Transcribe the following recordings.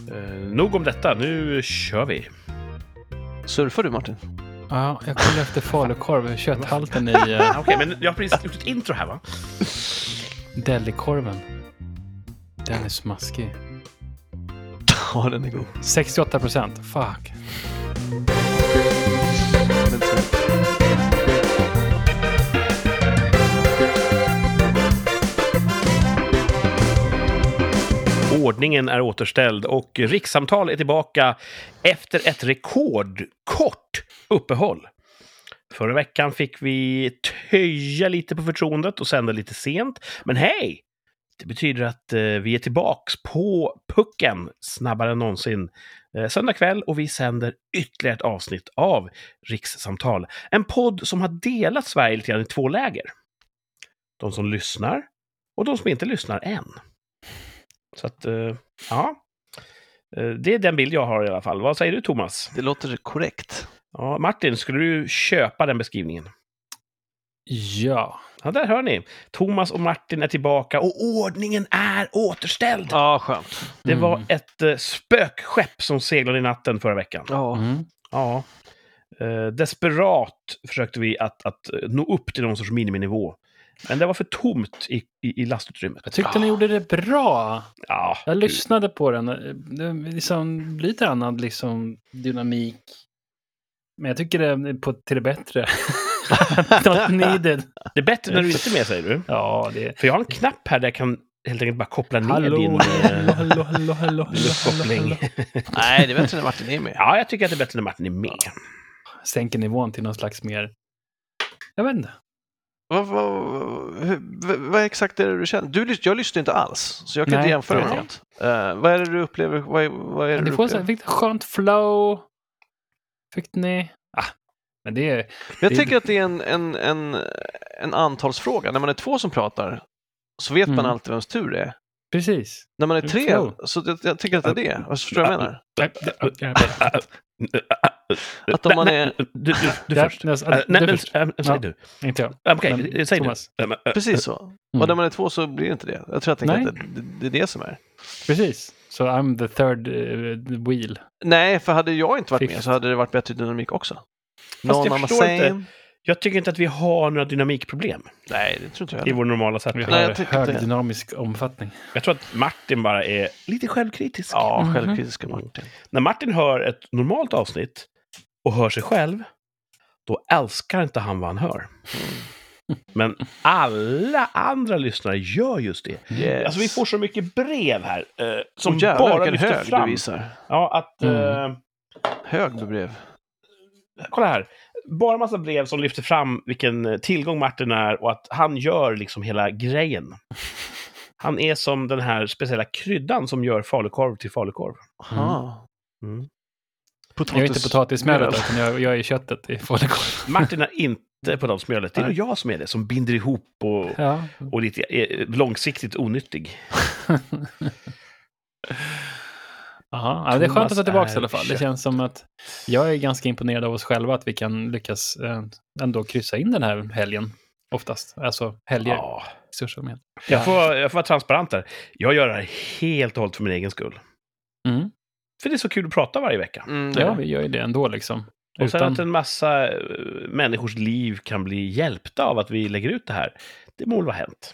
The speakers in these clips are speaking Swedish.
Nog om detta, nu kör vi. Surfar du, Martin? Ja, jag kollar efter falukorv. Kötthalten i Okej, men jag har precis gjort ett intro här, va? delikorven. Den är smaskig. Ja, den är god. 68%. Fuck. Ordningen är återställd och rikssamtal är tillbaka efter ett rekordkort uppehåll. Förra veckan fick vi töja lite på förtroendet och sända lite sent. Men hej! Det betyder att vi är tillbaks på pucken snabbare än någonsin söndag kväll, och vi sänder ytterligare ett avsnitt av Rikssamtal. En podd som har delat Sverige lite grann i två läger. De som lyssnar och de som inte lyssnar än. Så att, ja. Det är den bild jag har i alla fall. Vad säger du, Thomas? Det låter korrekt. Ja, Martin, skulle du köpa den beskrivningen? Ja. Ja, där hör ni. Thomas och Martin är tillbaka och ordningen är återställd. Ja, skönt. Det var ett spökskepp som seglade i natten förra veckan. Ja. Ja. Desperat försökte vi att nå upp till någon sorts miniminivå. Men det var för tomt i lastutrymmet. Jag tyckte ni gjorde det bra. Ja, Jag lyssnade på den. Det liksom blir lite annan liksom dynamik. Men jag tycker det är till det bättre. Not needed. Det är bättre när du inte är med, säger du. Ja, det. För jag har en knapp här där jag kan helt enkelt bara koppla ner Hallå, din hallå. luftkoppling. Nej, det är bättre när Martin är med. Ja, jag tycker att det är bättre när Martin är med. Sänker nivån till någon slags mer. Jag vet inte. Vad exakt är det du känner? Jag lyssnar inte alls, så jag kan inte jämföra med något. Vad är det du upplever? Vad är det du upplever? Fick det skönt flow. Fick ni? Men det är... Jag tänker att det är en antalsfråga. När man är två som pratar så vet man alltid vems tur det är. Precis. När man är tre, så jag tycker att det är det. Vad förstår jag menar? Att om man är... Du först. Säg du. Inte jag. Okej, säg Thomas. du. Precis så. Och när man är två så blir det inte det. Jag tror att det är det som är. Precis. Så I'm the third wheel. Nej, för hade jag inte varit med så hade det varit bättre dynamik också. Fast jag förstår inte. Jag tycker inte att vi har några dynamikproblem. Nej, det tror inte jag. I vår normala sätt. Vi har hög dynamisk omfattning. Jag tror att Martin bara är lite självkritisk. Ja, självkritiska Martin. När Martin hör ett normalt avsnitt och hör sig själv, då älskar inte han vad han hör. Men alla andra lyssnare gör just det. Yes. Alltså vi får så mycket brev här som jävlar, bara lyfter hög fram. Du visar. Ja, att... hög brev. Kolla här. Bara massa brev som lyfter fram vilken tillgång Martin är och att han gör liksom hela grejen. Han är som den här speciella kryddan som gör falukorv till falukorv. Jag är inte potatismjölet, utan jag är köttet i falukorv. Martin är inte potatismjölet. Det är jag som är det, som binder ihop och lite långsiktigt onyttig. Ja, det är skönt att ta tillbaka i alla fall. Det känns som att jag är ganska imponerad av oss själva att vi kan lyckas ändå kryssa in den här helgen oftast. Alltså helger. Ja. Jag får vara transparent där. Jag gör det här helt och hållet för min egen skull. För det är så kul att prata varje vecka. Ja, vi gör ju det ändå liksom. Och sen att en massa människors liv kan bli hjälpta av att vi lägger ut det här. Det må väl vara hänt.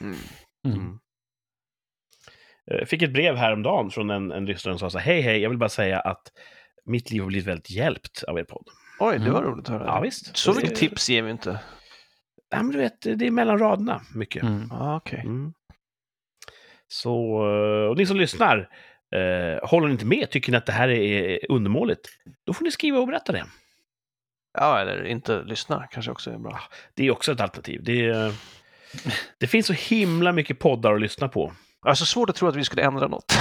Jag fick ett brev häromdagen från en lyssnare som sa så här: hej, jag vill bara säga att mitt liv har blivit väldigt hjälpt av er podd. Oj, det var roligt att höra. Ja, visst. Så mycket tips ger vi inte. Ja, men du vet, det är mellan raderna mycket. Okej. Så, och ni som lyssnar, håller ni inte med? Tycker ni att det här är undermåligt? Då får ni skriva och berätta det. Ja, eller inte lyssna kanske också är bra. Det är också ett alternativ. Det finns så himla mycket poddar att lyssna på. Alltså svårt att tro att vi skulle ändra något.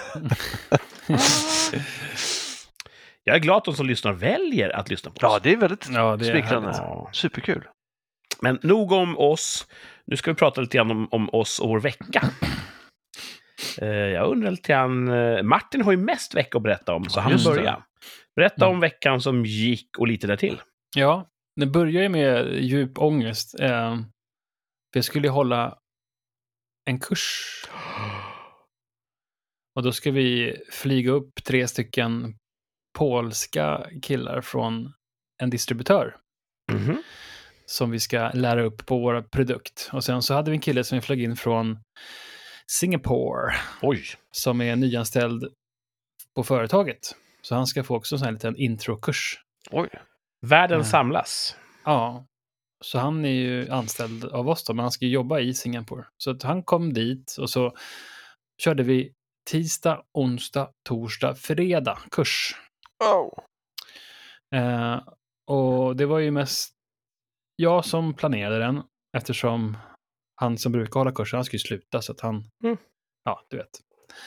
Jag är glad att de som lyssnar väljer att lyssna på oss. Ja, det är väldigt smickrande. Ja. Superkul. Men nog om oss. Nu ska vi prata lite grann om oss och vår vecka. Jag undrar lite grann... Martin har ju mest vecka att berätta om, så han börjar. Berätta om veckan som gick och lite där till. Ja, det börjar ju med djup ångest. Jag skulle hålla en kurs. Och då ska vi flyga upp 3 stycken polska killar från en distributör. Mhm. Som vi ska lära upp på vår produkt. Och sen så hade vi en kille som vi flög in från Singapore. Oj. Som är nyanställd på företaget. Så han ska få också en sån här liten introkurs. Oj. Världen samlas. Ja. Så han är ju anställd av oss då, men han ska ju jobba i Singapore. Så att han kom dit och så körde vi tisdag, onsdag, torsdag, fredag kurs. Oh. Och det var ju mest jag som planerade den, eftersom han som brukar hålla kursen, han ska ju sluta, så att han, ja, du vet.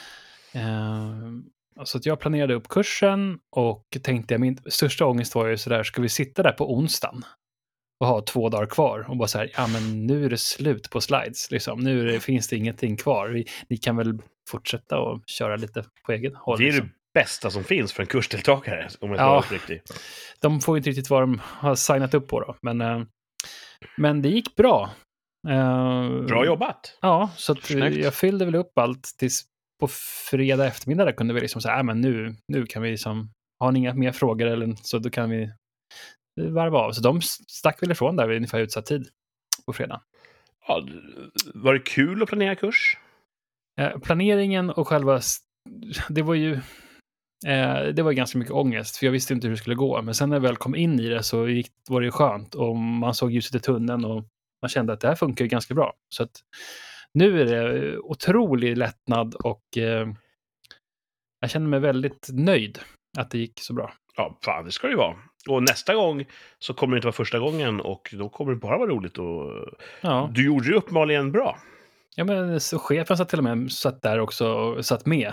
Så att jag planerade upp kursen och tänkte, min största ångest var ju sådär, ska vi sitta där på onsdagen och ha 2 dagar kvar och bara så här, ja men nu är det slut på slides, liksom. Finns det ingenting kvar. Ni kan väl fortsätta och köra lite på egen håll. Det är liksom. det bästa som finns för en kursdeltagare, om jag ska vara riktig. De får inte riktigt vad de har signat upp på då, men det gick bra. Bra jobbat! Ja, så att jag fyllde väl upp allt tills på fredag eftermiddag där kunde vi liksom säga, men nu kan vi liksom, har ni inga mer frågor eller så, då kan vi varva av. Så de stack väl ifrån där vid ungefär utsatt tid på fredag. Ja, var det kul att planera kurs? Planeringen och själva, det var ju ganska mycket ångest, för jag visste inte hur det skulle gå. Men sen när jag väl kom in i det så var det ju skönt och man såg ljuset i tunneln och man kände att det här funkar ju ganska bra. Så att nu är det otrolig lättnad och jag känner mig väldigt nöjd att det gick så bra. Ja, fan, det ska det ju vara. Och nästa gång så kommer det inte vara första gången och då kommer det bara vara roligt. Och du gjorde ju uppenbarligen bra. Ja, men så chefen satt till och med satt där också och satt med.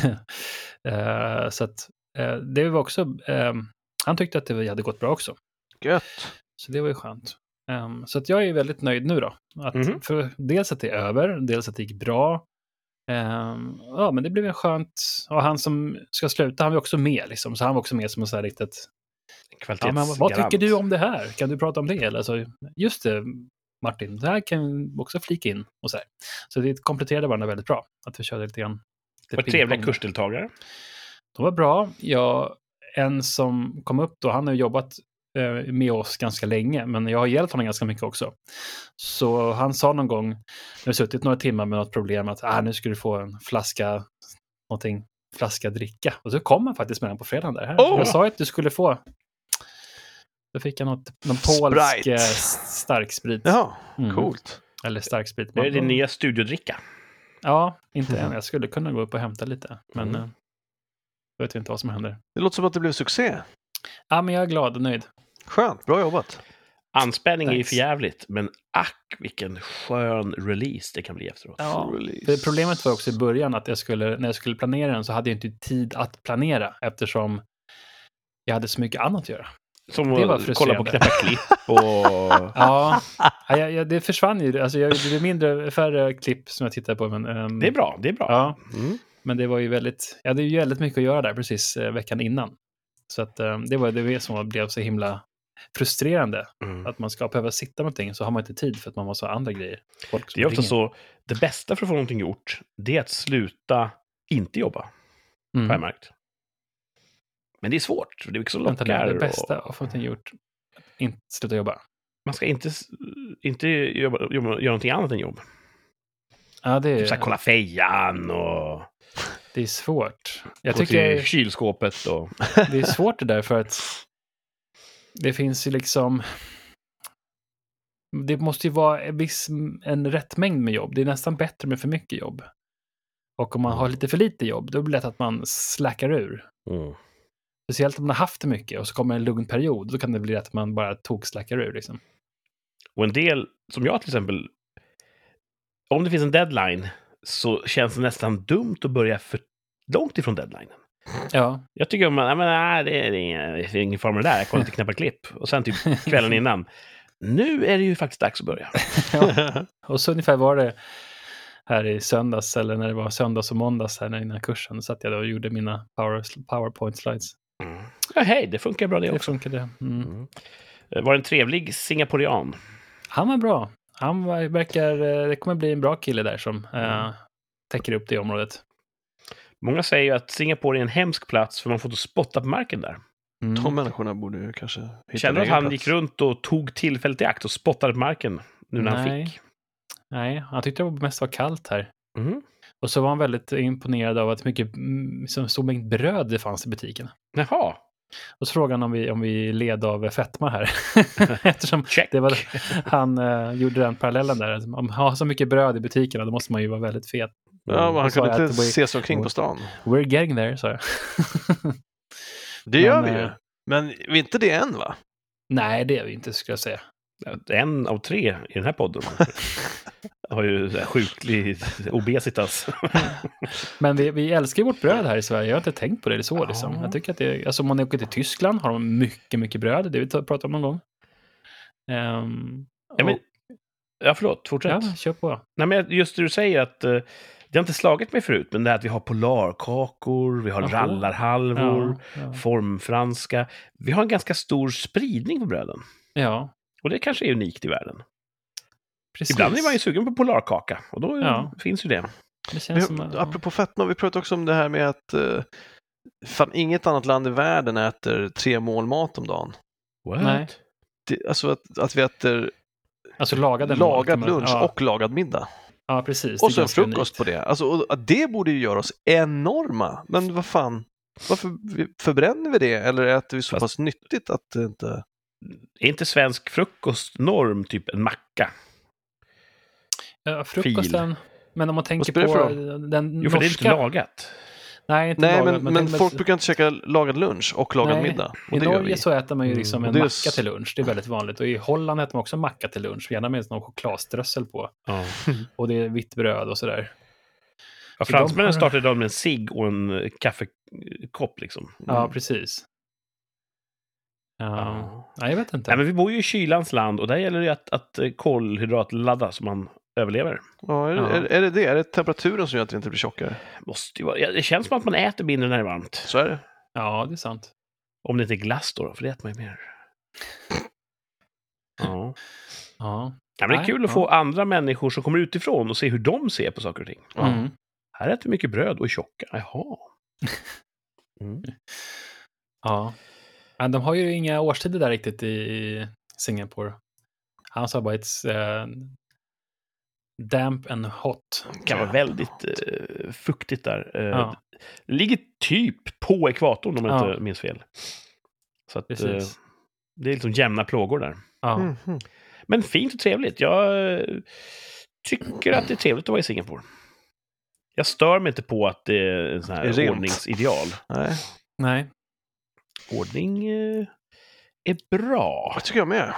Så att det var också, han tyckte att det hade gått bra också. Gött. Så det var ju skönt. Så att jag är väldigt nöjd nu då. För dels att det är över, dels att det gick bra. Ja, men det blev en skönt. Och han som ska sluta, han var också med liksom. Så han var också med som en sån här riktigt... Ja, men vad tycker du om det här? Kan du prata om det? Eller så, just det, Martin, det här kan vi också flika in. Och så här. Så det kompletterade varandra väldigt bra. Att vi körde lite grann. Det var trevliga kursdeltagare. De var bra. En som kom upp då, han har jobbat med oss ganska länge, men jag har hjälpt honom ganska mycket också. Så han sa någon gång, när vi suttit några timmar med något problem, att nu ska du få en flaska dricka. Och så kom han faktiskt med den på fredagen där. Jag sa att du skulle få. Då fick jag någon polsk starksprit. Ja, coolt. Eller starksprit. Det är din nya studiodricka. Ja, inte än. Jag skulle kunna gå upp och hämta lite, men jag vet inte vad som händer. Det låter som att det blev succé. Ja, men jag är glad och nöjd. Skönt, bra jobbat. Anspänning är ju för jävligt, men vilken skön release det kan bli efteråt. Ja, för problemet var också i början att när jag skulle planera den så hade jag inte tid att planera eftersom jag hade så mycket annat att göra. Som att kolla på knäppa klipp och... Ja, det försvann ju. Alltså, det blev färre klipp som jag tittade på. Men, det är bra. Ja, men det var ju jag hade ju väldigt mycket att göra där precis veckan innan. Så att det var det som blev så himla frustrerande. Att man ska behöva sitta med någonting så har man inte tid för att man måste ha andra grejer. Det är ofta så, det bästa för att få någonting gjort, det är att sluta inte jobba. Har jag märkt. Men det är svårt. Det är också lockar. Det bästa att få någonting gjort, inte sluta jobba. Man ska inte göra någonting annat än jobb. Ja, det är... Typ kolla fejan och... Det är svårt. Jag tycker kylskåpet och... Det är svårt det där för att det finns ju liksom... Det måste ju vara en rätt mängd med jobb. Det är nästan bättre med för mycket jobb. Och om man har lite för lite jobb, då blir det lätt att man släckar ur. Speciellt om man har haft det mycket och så kommer en lugn period, då kan det bli att man bara släckar ur liksom. Och en del, som jag till exempel, om det finns en deadline så känns det nästan dumt att börja för långt ifrån deadlinen. Ja. Jag tycker det är ingen form av det där. Jag kollar inte knäppa klipp. Och sen typ kvällen innan. Nu är det ju faktiskt dags att börja. Ja. Och så ungefär var det här i söndags, eller när det var söndags och måndags här innan kursen, så att jag då gjorde mina PowerPoint slides. Ja, hej, det funkar bra det också. Det funkar det. Var en trevlig singaporian? Han var bra. Det kommer bli en bra kille där som täcker upp det området. Många säger ju att Singapore är en hemsk plats för man får inte spotta på marken där. De människorna borde ju kanske hitta Känner du att han plats. gick runt och tog tillfället i akt och spottade på marken nu när han fick? Nej, han tyckte det mest var kallt här. Mm. Och så var han väldigt imponerad av att mycket så stor mängd bröd det fanns i butiken. Jaha. Och så frågade han om vi led av fetma här. Eftersom det var, han gjorde den parallellen där. Om man har så mycket bröd i butikerna, då måste man ju vara väldigt fet. Ja, men han kunde sa jag inte att se sig omkring på stan. We're getting there, sa jag. Det gör vi ju. Men vi är inte det än, va? Nej, det är vi inte, skulle jag säga. 1 av 3 i den här podden har ju sjuklig obesitas. Men vi älskar ju vårt bröd här i Sverige. Jag har inte tänkt på det så. Liksom. Jag tycker att det, alltså om man åker till Tyskland har de mycket, mycket bröd. Det vi pratat om någon gång. Förlåt, fortsätt. Ja, kör på. Nej, men just det du säger att det har inte slagit mig förut, men det är att vi har polarkakor, vi har rallarhalvor, formfranska. Vi har en ganska stor spridning på bröden. Ja. Och det kanske är unikt i världen. Precis. Ibland är man ju sugen på polarkaka, och då finns ju det. Det känns som apropå fetma, vi pratade också om det här med att inget annat land i världen äter 3 mål mat om dagen. What? Nej. Alltså att vi äter lagad lunch och lagad middag. Ja, precis. Och så en frukost på det. Alltså, det borde ju göra oss enorma. Men vad fan, varför förbränner vi det? Eller äter vi så pass nyttigt att det inte... Är inte svensk frukostnorm typ en macka? Ja, frukosten. Men om man tänker på den norska... Jo, för det är inte lagat. Nej, inte lagat, men folk brukar inte käka lagad lunch och lagad middag. Och i Norge så äter man ju liksom en macka till lunch. Det är väldigt vanligt. Och i Holland äter man också macka till lunch. Gärna med någon chokladströssel på. Ja. Och det är vitt bröd och sådär. Ja, fransmännen startade med en cigg och en kaffekopp liksom. Ja, precis. Ja, jag vet inte. Nej, men vi bor ju i kylans land och där gäller det att kolhydratladda så man överlever. Ja, är det? Är det temperaturen som gör att det inte blir tjockare? Måste ju vara. Det känns som att man äter mindre när det är varmt. Så är det. Ja, det är sant. Om det inte är glass då, för det äter man ju mer. Ja. Ja, men det är kul att få andra människor som kommer utifrån och se hur de ser på saker och ting. Mm. Här äter mycket bröd och är tjocka. Jaha. Ja. Men de har ju inga årstider där riktigt i Singapore. Han sa bara damp and hot. Det kan vara väldigt fuktigt där. Det ligger typ på ekvatorn om jag inte minns fel. Så att, det är liksom jämna plågor där. Ja. Mm-hmm. Men fint och trevligt. Jag tycker att det är trevligt att vara i Singapore. Jag stör mig inte på att det är en sån här ordningsideal. Nej. Ordning är bra. Jag tycker jag med.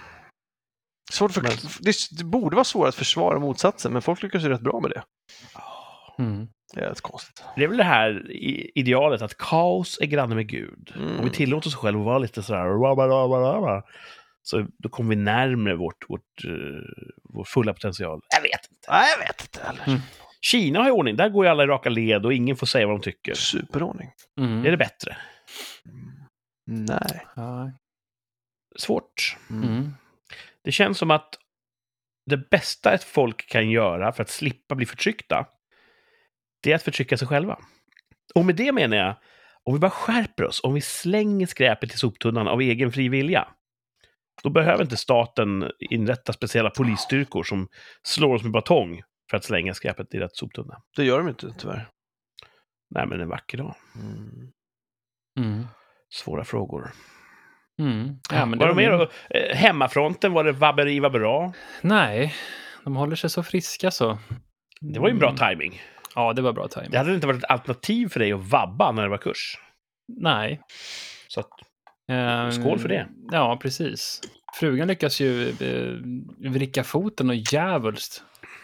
Det borde vara svårt att försvara motsatsen, men folk lyckas ju rätt bra med det. Det är rätt konstigt. Det är väl det här idealet att kaos är granne med Gud. Om vi tillåter oss själva att vara lite sådär så då kommer vi närmare vår fulla potential. Jag vet inte heller. Kina har ju ordning. Där går ju alla i raka led och ingen får säga vad de tycker. Superordning. Är det bättre? Nej. Svårt. Det känns som att det bästa ett folk kan göra för att slippa bli förtryckta, det är att förtrycka sig själva. Och med det menar jag, om vi bara skärper oss, om vi slänger skräpet i soptunnan av egen fri vilja, då behöver inte staten inrätta speciella polisstyrkor som slår oss med batong för att slänga skräpet i rätt soptunna. Det gör de inte, tyvärr. Nej, men en vacker dag. Svåra frågor. Ja, men var det mer hemmafronten, var det vabberi var bra? Nej, de håller sig så friska så. Det var ju en bra timing. Ja, det var bra timing. Det hade inte varit ett alternativ för dig att vabba när det var kurs. Nej. Så att, skål för det. Ja, precis. Frugan lyckas ju vricka foten och djävulst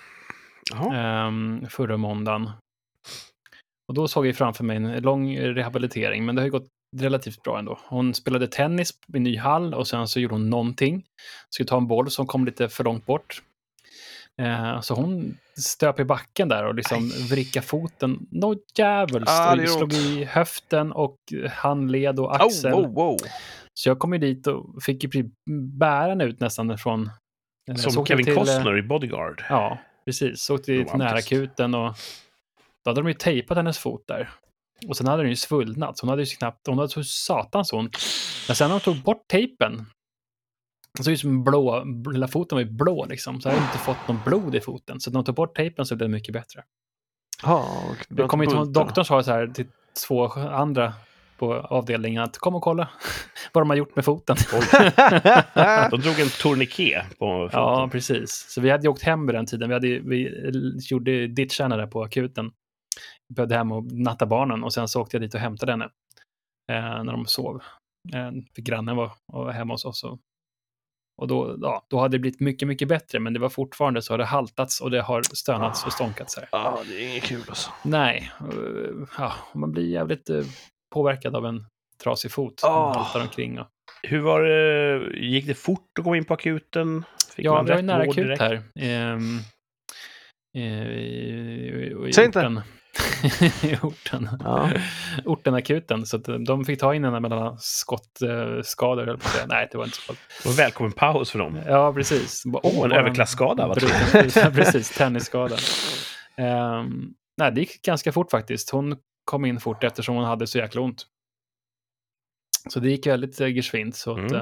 förra måndagen. Och då såg jag framför mig en lång rehabilitering, men det har ju gått relativt bra ändå. Hon spelade tennis i ny hall och sen så gjorde hon någonting. Skulle ta en boll som kom lite för långt bort. Så hon stöp i backen där och liksom vricka foten. Något jävligt. Slog i höften och handled och axel. Så jag kom ju dit och fick ju bära den ut nästan från... Som Kevin Costner i Bodyguard. Ja, precis. Så åkte till närakuten och Då hade de ju tejpat hennes fot där. Och sen hade den ju svullnat. Så hon hade ju knappt, hon hade så satans ont. Men sen när de tog bort tejpen, så är det som blå, hela foten var ju blå liksom. Så jag hade inte fått någon blod i foten. Så när de tog bort tejpen så blev det mycket bättre. Det kommer inte ihåg, doktorn sa så här till 2 andra på avdelningen att kom och kolla vad de har gjort med foten. De drog en tourniquet på foten. Ja, precis. Så vi hade ju åkt hem vid den tiden. Vi gjorde ditcharna där på akuten. Vi behövde hem och natta barnen och sen så åkte jag dit och hämtade henne när de sov. För grannen var hemma hos oss. Och då hade det blivit mycket, mycket bättre, men det var fortfarande så har det haltats och det har stönats och stånkats här. Ja, det är inget kul alltså. Nej, man blir jävligt påverkad av en trasig fot som haltar omkring. Hur var det? Gick det fort att gå in på akuten? Vi har ju nära akut direkt här. Säg inte. I orten. Ja. Ortenakuten. Så att de fick ta in henne mellan skottskador. Nej, det var inte så. Det var välkommen paus för dem. Ja, precis. En överklassskada. Precis, tennisskada. Nej, det gick ganska fort faktiskt. Hon kom in fort eftersom hon hade så jäkla ont. Så det gick väldigt geschwint. Så att,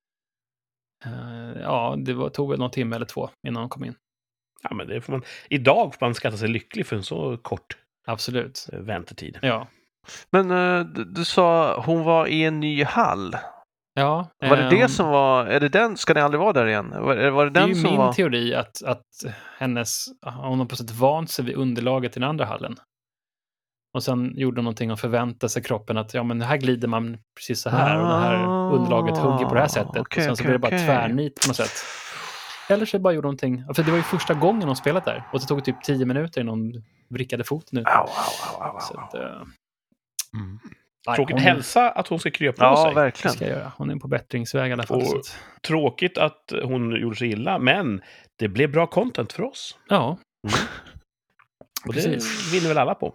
det tog väl någon timme eller 2 innan hon kom in. Ja, men det får man. Idag får man skatta sig lycklig för en så kort väntetid. Ja. Men du sa hon var i en ny hall. Ja. Var det som var, är det den, ska ni aldrig vara där igen? Var det den är ju som min var... teori att hon har på sätt vant sig vid underlaget i den andra hallen. Och sen gjorde hon någonting och förväntade sig kroppen att men här glider man precis så här och det här underlaget hugger på det här sättet. Och sen så blir det bara tvärnit på något sätt. Eller så bara gjorde någonting. För det var ju första gången hon spelat där. Och det tog typ 10 minuter innan hon vrickade foten ut. Tråkigt hälsa att hon ska krya på sig. Ja, verkligen. Ska jag göra. Hon är på bättringsväg i alla fall. Och tråkigt att hon gjorde sig illa. Men det blev bra content för oss. Ja. Och det vinner väl alla på.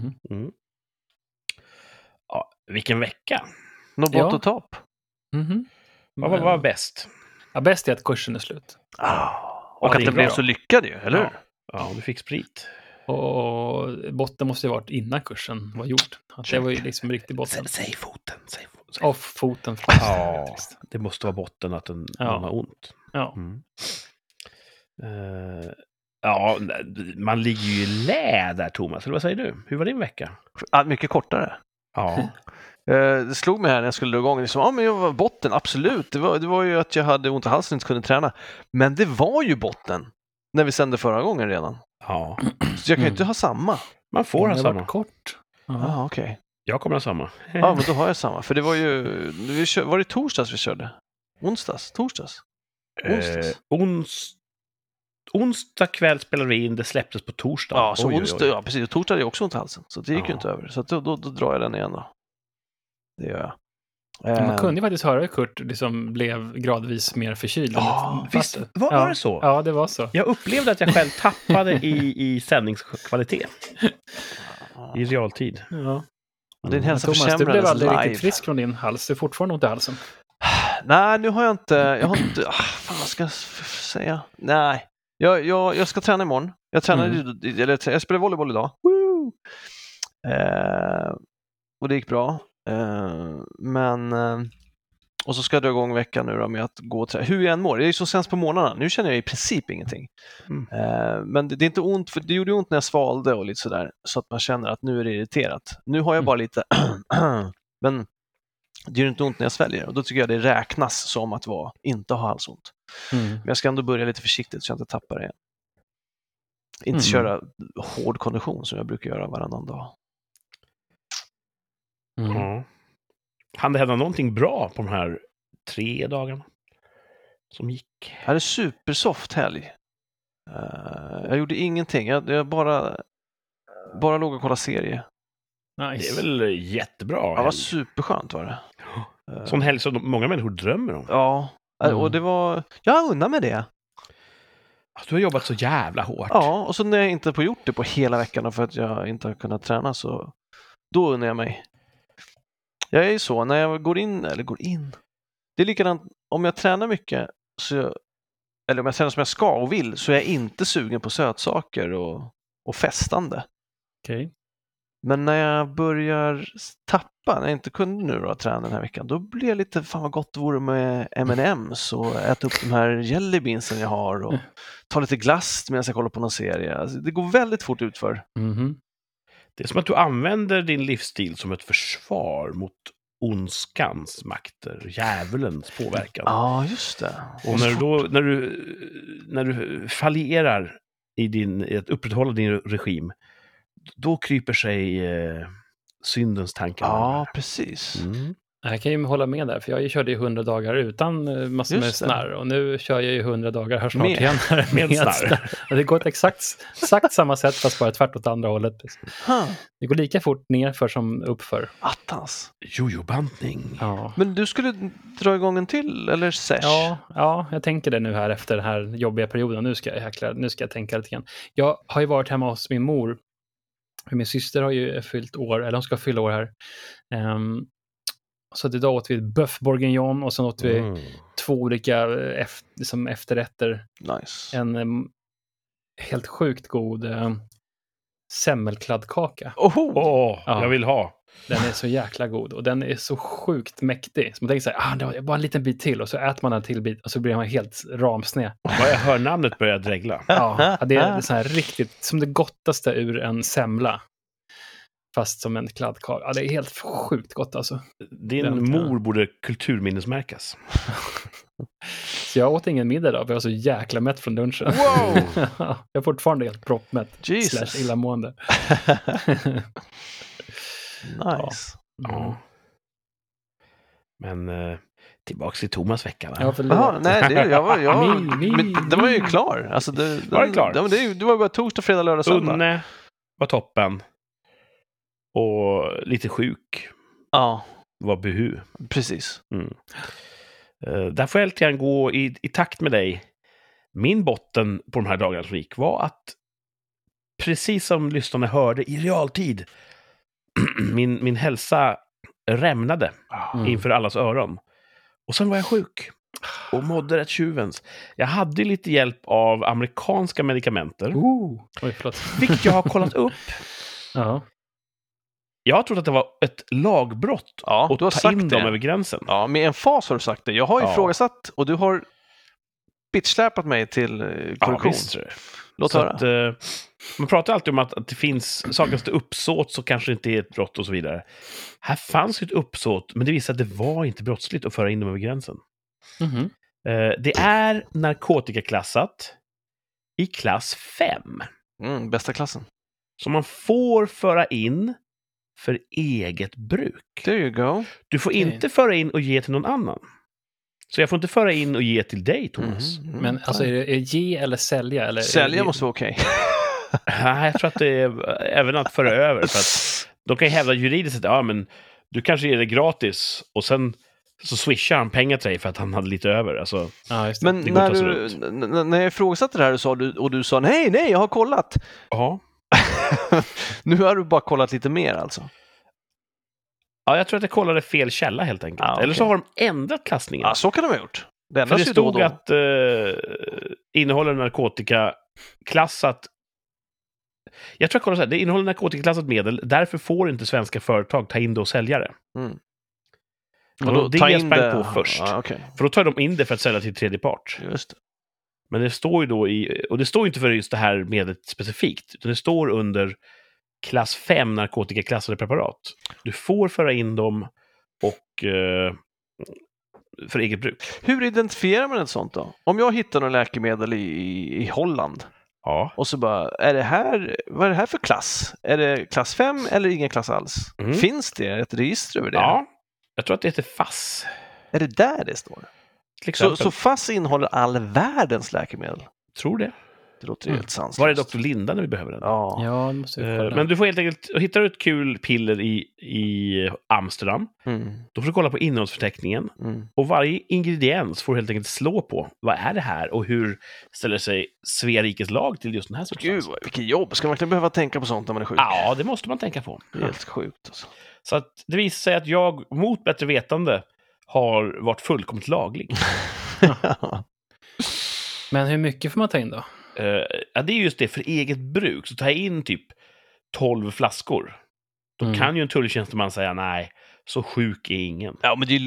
Ja, vilken vecka. Något bort och topp. Vad var bäst? Ja, bäst är att kursen är slut. Och att den blev så lyckad ju, eller hur? Ja, du fick sprit. Och botten måste ju varit innan kursen var gjord. Det var ju liksom riktig botten. Säg foten. Off-foten. Ja, det måste vara botten att den har ont. Ja. Man ligger ju i lä där, Thomas. Eller vad säger du? Hur var din vecka? Mycket kortare. Ja. Det slog mig här när jag skulle dra igång. Men jag var botten, absolut. Det var ju att jag hade ont i halsen och inte kunde träna. Men det var ju botten när vi sände förra gången redan. Ja. Så jag kan ju inte ha samma. Man får ha samma. Kort. Okej. Jag kommer ha samma. Ja, men då har jag samma. För det var ju... var det torsdags vi körde? Torsdags? Onsdag kväll spelade vi in, det släpptes på torsdag. Ja, så onsdag, ja precis. Torsdag hade jag också ont i halsen. Så det gick ju inte över. Så då drar jag den igen då. Det gör jag. Man kunde ju faktiskt höra hur Kurt liksom blev gradvis mer förkyld. Visst, var det så? Ja, det var så. Jag upplevde att jag själv tappade i sändningskvalitet. I realtid. Ja. Din hälsa Thomas, försämrades du blev aldrig live. riktigt frisk från din hals. Du är fortfarande ont i halsen. Nej, nu har jag inte... vad ska jag säga? Nej. Jag ska träna imorgon. Jag spelade volleyboll idag. Woo! Och det gick bra. Och så ska jag dra igång veckan nu då med att gå och träna. Hur jag än mår. Det är ju så sämst på morgnarna. Nu känner jag i princip ingenting. Men det är inte ont, för det gjorde ont när jag svalde och lite sådär. Så att man känner att nu är det irriterat. Nu har jag bara lite... men det gör inte ont när jag sväljer. Och då tycker jag det räknas som att inte ha halsont. Men jag ska ändå börja lite försiktigt så jag inte tappar det igen. Inte köra hård kondition som jag brukar göra varannan dag. Han det hända någonting bra på de här 3 dagarna som gick? Jag hade supersoft helg. Jag gjorde ingenting. Jag bara låg och kollade serie. Nice. Det är väl jättebra. Det var superskönt var det. Sån helg som många människor drömmer om. Ja, och det var... Jag undrar med det. Du har jobbat så jävla hårt. Ja, och så när jag inte har gjort det på hela veckan för att jag inte har kunnat träna så då undrar jag mig. Jag är ju så, när jag går in. Det är likadant, om jag tränar mycket eller om jag tränar som jag ska och vill så är jag inte sugen på sötsaker och festande. Okej. Men när jag börjar tappa, när jag inte kunde nu då träna den här veckan, då blir jag lite, fan vad gott det vore med M&M's och äta upp de här jellybeansen jag har och ta lite glass medan jag kollar på någon serie. Alltså, det går väldigt fort utför. Mhm. Det är som att du använder din livsstil som ett försvar mot ondskans makter, djävulens påverkan. Ja, just det. Och när du fallerar i att upprätthålla din regim, då kryper sig syndens tankar. Ja, precis. Mm. Jag kan ju hålla med där, för jag körde ju 100 dagar utan massor med Just det. snarr. Och nu kör jag ju 100 dagar här snart Med- igen. med snarr. Och det går exakt samma sätt, fast bara tvärt åt andra hållet. Det går lika fort nerför som uppför. Attans. Jojo-bantning. Ja. Men du skulle dra igång en till, eller sesh? Ja, jag tänker det nu här efter den här jobbiga perioden. Nu ska jag tänka lite grann. Jag har ju varit hemma hos min mor. Min syster har ju fyllt år, eller hon ska fylla år här. Så idag åt vi bœuf bourguignon och sen åt vi 2 olika efterrätter. Nice. En helt sjukt god semmelkladdkaka. Ja. Jag vill ha. Den är så jäkla god och den är så sjukt mäktig. Så man tänker så här, det var bara en liten bit till och så äter man en till bit och så blir man helt ramsned. Bara jag hör namnet börjar dregla. Ja, det är så här riktigt som det gottaste ur en semla. Fast som en kladdkaka. Ja, det är helt sjukt gott alltså. Din mor borde kulturminnesmärkas. Så jag åt ingen middag då, för jag var så jäkla mätt från lunchen. Wow! Jag är fortfarande helt proppmätt. Jesus. / illamående. Nice. Ja. Men tillbaks till Thomas vecka, va? Ja, förlåt. Jaha, nej, Mi. den var ju klar. Alltså, Var den klar? Det var bara torsdag, fredag, lördag, söndag. Unne var toppen. Och lite sjuk Ja, var behu. precis. Där får jag lite grann gå i takt med dig. Min botten på de här dagarna som gick var att precis som lyssnarna hörde i realtid min hälsa rämnade inför allas öron. Och sen var jag sjuk och mådde rätt tjuvens. Jag hade lite hjälp av amerikanska medikamenter. Oj, förlåt. Vilket jag har kollat upp. Ja. Jag har trott att det var ett lagbrott Ja, att du har ta sagt in det. dem över gränsen. Ja, med en fas har du sagt det. Jag har ifrågasatt och du har bitchsläpat mig till korrektion. Visst. Låt Så höra. att, man pratar alltid om att det finns saker till uppsåt så kanske det inte är ett brott och så vidare. Här fanns ju ett uppsåt, men det visade att det var inte brottsligt att föra in dem över gränsen. Mhm. Det är narkotikaklassat i klass 5. Bästa klassen. Som man får föra in för eget bruk. There you go. Du får inte föra in och ge till någon annan. Så jag får inte föra in och ge till dig, Thomas. Men alltså är det ge eller sälja? Eller Sälja måste vara okej. Nej, jag tror att det är även att föra över. För att de kan ju hävda juridiskt att men du kanske ger det gratis och sen så swishar han pengar till dig för att han hade lite över. Alltså, Ja, just det. Men det går inte att ta när jag ifrågasatte det här och du sa nej, jag har kollat. ja. Nu har du bara kollat lite mer alltså. Ja, jag tror att jag kollade fel källa helt enkelt. Ah, okay. Eller så har de ändrat klassningen. Ja, så kan de ha gjort. Det för ändras det ju då och stod då. att innehåller narkotikaklassat. Jag tror jag kollade så här, det innehåller narkotikaklassat medel, därför får inte svenska företag ta in det och sälja det. Och då, det jag sprang på först. Ja, okay. För då tar de in det för att sälja till tredje part. Just det. Men det står ju då och det står inte för just det här medlet specifikt, utan det står under klass 5 narkotikaklassade preparat. Du får föra in dem och för eget bruk. Hur identifierar man ett sånt då? Om jag hittar något läkemedel i Holland och så bara, vad är det här för klass? Är det klass 5 eller ingen klass alls? Finns det ett register över det? Ja, jag tror att det heter FASS. Är det där det står? Så FASS innehåller all världens läkemedel? Tror det. Det låter helt sanslöst. Var är Dr. Linda när vi behöver den? Ja, det måste jag kolla. Men du får helt enkelt, hittar du ett kul piller i Amsterdam, då får du kolla på innehållsförteckningen. Och varje ingrediens får du helt enkelt slå på. Vad är det här och hur ställer sig Svea rikes lag till just den här substansen? Gud, vilket jobb. Ska man verkligen behöva tänka på sånt när man är sjuk? Ja, det måste man tänka på. Det är helt sjukt alltså. Så att det visar sig att jag mot bättre vetande har varit fullkomligt laglig. Men hur mycket får man ta in då? Ja, det är just det, för eget bruk. Så ta in typ 12 flaskor. Då kan ju en tulltjänsteman säga nej, så sjuk är ingen. Ja, men det är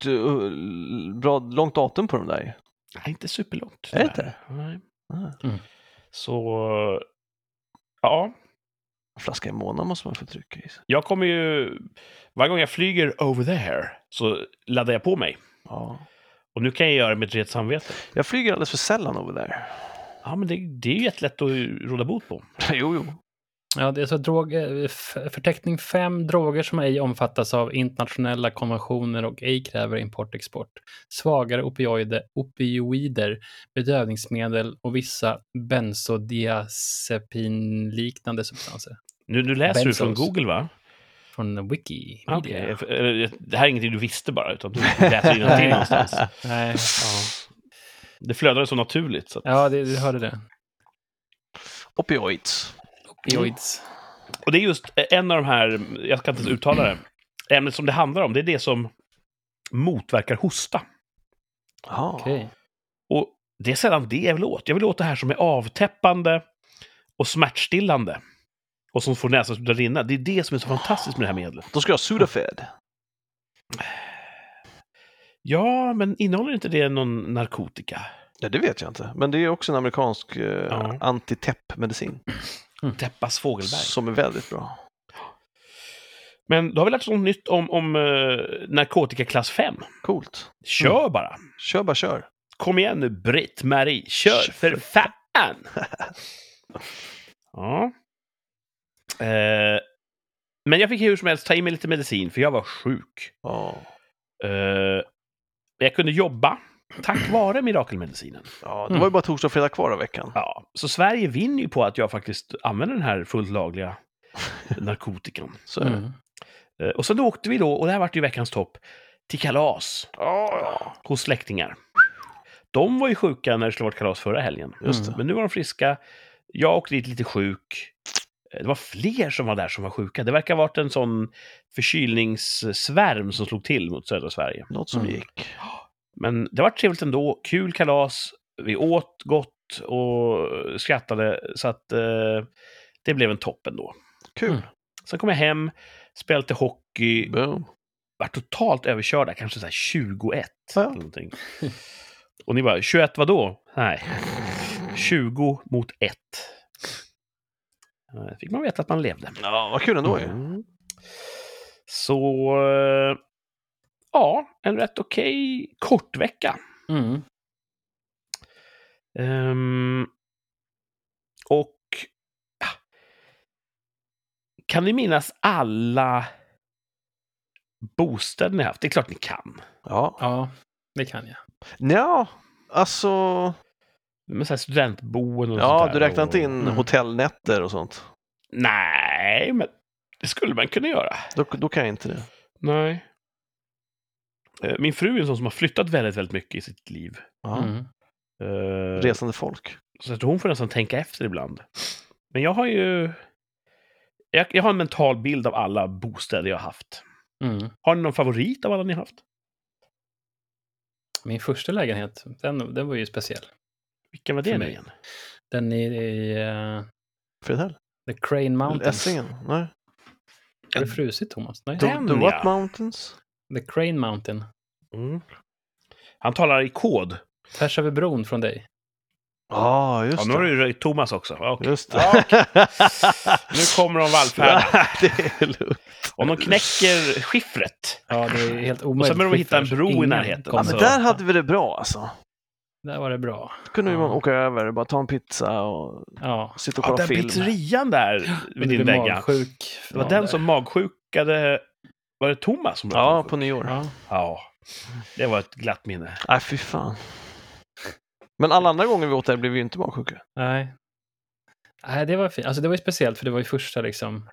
långt datum på de där. Nej, inte superlångt. Är det inte? Nej. Mm. Så, ja. En flaska i månaden måste man få trycka i. Jag kommer ju... Varje gång jag flyger over there så laddar jag på mig. Ja. Och nu kan jag göra det med ett rätt samvete. Jag flyger alldeles för sällan over there. Ja, men det är ju jättelätt att råda bot på. jo. Ja, det är så förteckning 5 droger som ej omfattas av internationella konventioner och ej kräver import-export. Svagare opioider, bedövningsmedel och vissa benzodiazepinliknande substanser. Nu läser du från Google, va? Från Wiki. Okay. Det här är ingenting du visste bara, utan du läser innantill någonstans. Nej. Ja. Det flödade så naturligt. Så att... Ja, du hörde det. Opioids. Och det är just en av de här, jag kan inte ens uttala det, ämnet som det handlar om, det är det som motverkar hosta. Okej. Och det är sällan det jag vill åt. Jag vill åt det här som är avtäppande och smärtstillande. Och som får näsan att rinna. Det är det som är så fantastiskt med det här medlet. Då ska jag ha Sudafed. Ja, men innehåller inte det någon narkotika? Ja, det vet jag inte. Men det är också en amerikansk antitepp-medicin. Teppas Fågelberg. Som är väldigt bra. Men då har vi lärt oss något nytt om narkotikaklass 5. Coolt. Kör bara. Kör. Kom igen nu, Britt-Marie. Kör för fan! Ja. Men jag fick hur som helst ta i mig lite medicin, för jag var sjuk. Jag kunde jobba tack vare mirakelmedicinen. Ja, det var ju bara torsdag och fredag kvar av veckan. Ja, så Sverige vinner ju på att jag faktiskt använder den här fullt lagliga narkotikan. Så är det. Och sen åkte vi då, och det här var ju veckans topp, till kalas. Hos släktingar. De var ju sjuka när det skulle varit kalas förra helgen. Just det. Men nu var de friska. Jag åkte dit lite sjuk. Det var fler som var där som var sjuka. Det verkar ha varit en sån förkylningssvärm som slog till mot södra Sverige. Något som gick. Men det var trevligt ändå. Kul kalas. Vi åt gott och skrattade. Så att det blev en toppen då. Kul. Sen kom jag hem, spelade hockey. Boom. Var totalt överkörda. Kanske så här 21. Ja. Eller någonting. Och ni bara, 21 vad då? Nej. 20 mot 1. Fick man veta att man levde. Ja, vad kul ändå. Så, ja, en rätt okej kort vecka. Och kan ni minnas alla bostäder ni haft? Det är klart ni kan. Ja, det kan jag. Ja, alltså... Med så här studentboende och ja, sånt där. du räknar inte in hotellnätter och sånt? Nej, men det skulle man kunna göra. Då kan jag inte det. Nej. Min fru är en sån som har flyttat väldigt, väldigt mycket i sitt liv. Resande folk. Så att hon får nästan tänka efter ibland. Men jag har ju... Jag har en mental bild av alla bostäder jag har haft. Har ni någon favorit av alla ni har haft? Min första lägenhet, den var ju speciell. Vilken var det nu igen? Den i Fredhäll? The Crane Mountains. Essingen? Nej. Är det frusit, Thomas? Nej. The what mountains? The Crane Mountain. Han talar i kod. Tvärs över bron från dig. Just det. Nu har du röjt Thomas också. Okay. Just det. Nu kommer de vallfärda. Det är lugnt. Om de knäcker skiffret. Ja, det är helt omöjligt. Och sen behöver de hitta en bro i närheten. Ja, men där hade vi det bra alltså. Där var det bra. Då kunde man åka över, bara ta en pizza och sitta och kolla film. Pizzerian där vid din vägga. Det var den som magsjukade. Var det Thomas som var magsjuk? På nyår. Ja, det var ett glatt minne. Nej, fy fan. Men alla andra gånger vi åt där blev vi ju inte magsjuka. Nej, det var fint. Alltså det var ju speciellt för det var ju första liksom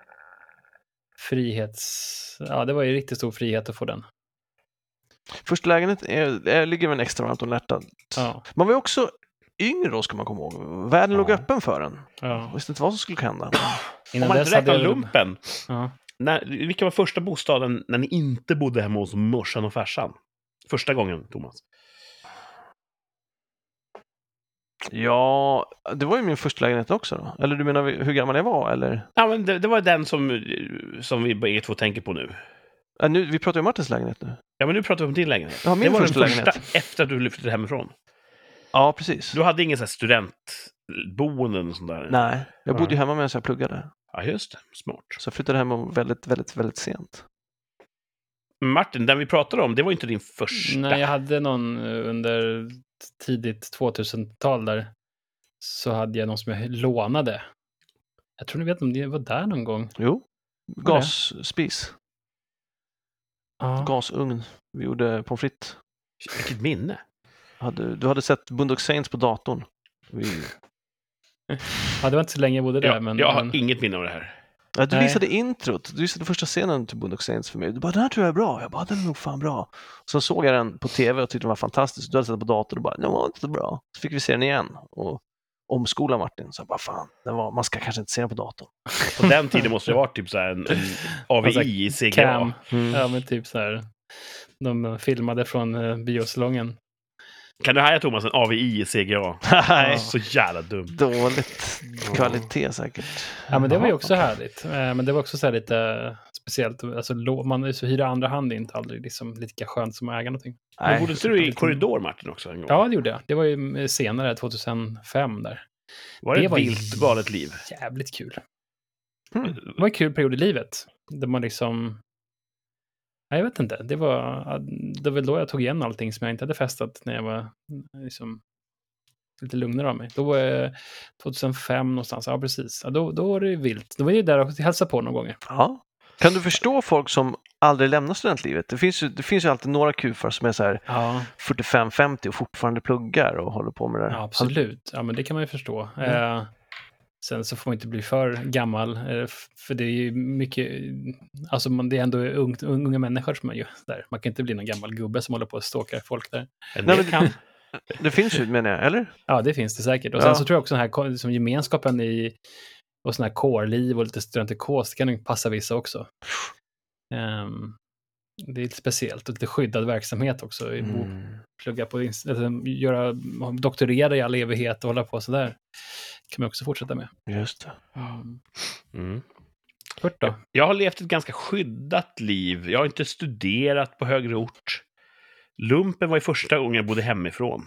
det var ju riktigt stor frihet att få den. Första lägenhet ligger väl extra varmt om hjärtat. Ja. Man var ju också yngre då, ska man komma ihåg. Världen låg öppen för den. Ja. Visste inte vad som skulle hända. Om man inte räknar lumpen. Ja. Vilken var första bostaden när ni inte bodde hemma hos morsan och farsan? Första gången, Thomas. Ja, det var ju min första lägenhet också då. Eller du menar hur gammal jag var, eller? Ja, men det var den som vi båda två tänker på nu. Vi pratar ju om Martins lägenhet nu. Ja, men nu pratar vi om din lägenhet. Ja, min det var första den första lägenhet. efter att du lyfte hemifrån. Ja, precis. Du hade ingen så här studentboenden och sånt där? Nej, jag bodde ju hemma medan jag pluggade. Ja, just det. Smart. Så jag flyttade hem väldigt, väldigt, väldigt sent. Martin, den vi pratade om, det var inte din första. Nej, jag hade någon under tidigt 2000-tal där. Så hade jag någon som jag lånade. Jag tror ni vet om det var där någon gång. Jo, gasspis. Ja. Gasugn. Vi gjorde pommes frites. Vilket minne. Du hade sett Boondock Saints på datorn. Ja, det var inte så länge jag bodde där. Jag har inget minne av det här. Ja, du Nej. visade introt. Du visade första scenen till Boondock Saints för mig. Du bara, den här tror jag är bra. Jag bara, den är nog fan bra. Så såg jag den på tv och tyckte den var fantastisk. Du hade sett den på datorn och bara, den var inte så bra. Så fick vi se den igen och omskola Martin. Så jag bara, fan, man ska kanske inte se den på datorn. På den tiden måste det vara typ så här en AVI i CGA. Cam. Ja, men typ så här. De filmade från biosalongen. Kan du här, Thomas, en AVI i CGA? Nej. Så jävla dumt. Dåligt kvalitet säkert. Ja, men det var ju också härligt. Men det var också så här lite speciellt. Alltså, man så hyra andra hand är inte aldrig liksom lika skönt som att äga någonting. Men bodde inte du i korridor, Martin, också en gång? Ja, det gjorde jag. Det var ju senare, 2005 där. Var det ett vilt galet liv? Jävligt kul. Det var en kul period i livet. Där man liksom... Nej, jag vet inte. Det var väl då jag tog igen allting som jag inte hade festat när jag var liksom lite lugnare av mig. Då var jag 2005 någonstans. Ja, precis. Ja, då var det vilt. Då var jag där och hälsade på några gånger. Ja. Kan du förstå folk som aldrig lämnar studentlivet? Det finns ju alltid några kufar som är så här 45-50 och fortfarande pluggar och håller på med det. Ja, absolut. Ja, men det kan man ju förstå. Sen så får man inte bli för gammal, för det är ju mycket, alltså det är ändå unga människor som man gör där. Man kan inte bli någon gammal gubbe som håller på att stalka folk där. Det finns ju, menar jag, eller? Ja, det finns det säkert. Och sen så tror jag också den här som gemenskapen och sån här kårliv och lite studentikos, det kan ju passa vissa också. Det är lite speciellt och lite skyddad verksamhet också. Plugga på, doktorera i all evighet och hålla på sådär. Kan man också fortsätta med. Just det. Kurt då? Jag har levt ett ganska skyddat liv. Jag har inte studerat på högre ort. Lumpen var ju första gången jag bodde hemifrån.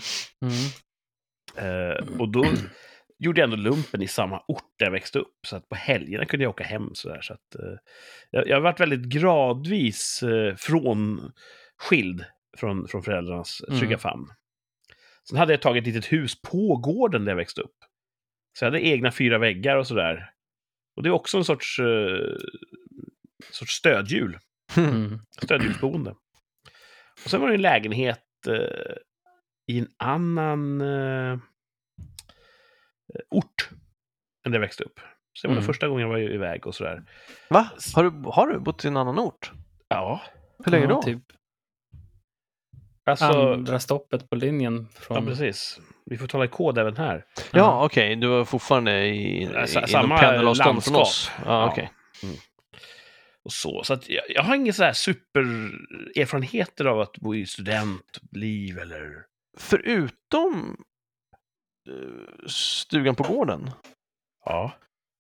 Och då gjorde jag ändå lumpen i samma ort där jag växte upp. Så att på helgerna kunde jag åka hem sådär. Så att, jag har varit väldigt gradvis skild från föräldrarnas trygga famn. Sen hade jag tagit ett litet hus på gården där jag växte upp. Så jag hade egna 4 väggar och sådär. Och det är också en sorts stödhjul. Stödhjulsboende. Och sen var det en lägenhet i en annan ort än där jag växte upp. Så det var den första gången jag var iväg och sådär. Va? Har du bott i en annan ort? Ja. Hur länge då? Typ alltså, andra stoppet på linjen. Ja, precis. Vi får tala i kod även här. Ja, okej. Du var fortfarande i samma pendelavstånd från oss. Ja, okej. Och så att jag har ingen så här supererfarenheter av att bo i studentliv eller... Förutom stugan på gården? Ja.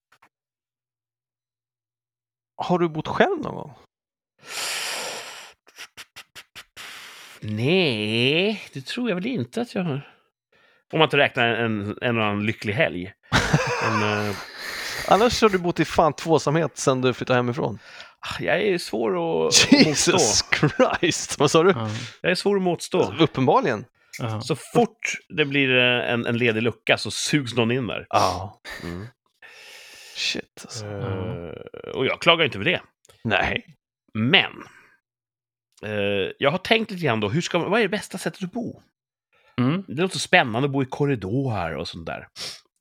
Har du bott själv någon gång? Nej, det tror jag väl inte att jag har. Om man inte räknar en annan lycklig helg. Annars har du bott i fan tvåsamhet sedan du flyttade hemifrån. Jag är svår att Jesus motstå. Christ, vad sa du? Jag är svår att motstå. Uppenbarligen. Så fort det blir en ledig lucka så sugs någon in där. Ja. Shit. Alltså. Och jag klagar inte över det. Nej. Men jag har tänkt lite grann då, vad är det bästa sättet att bo? Det låter spännande att bo i korridorer och sånt där.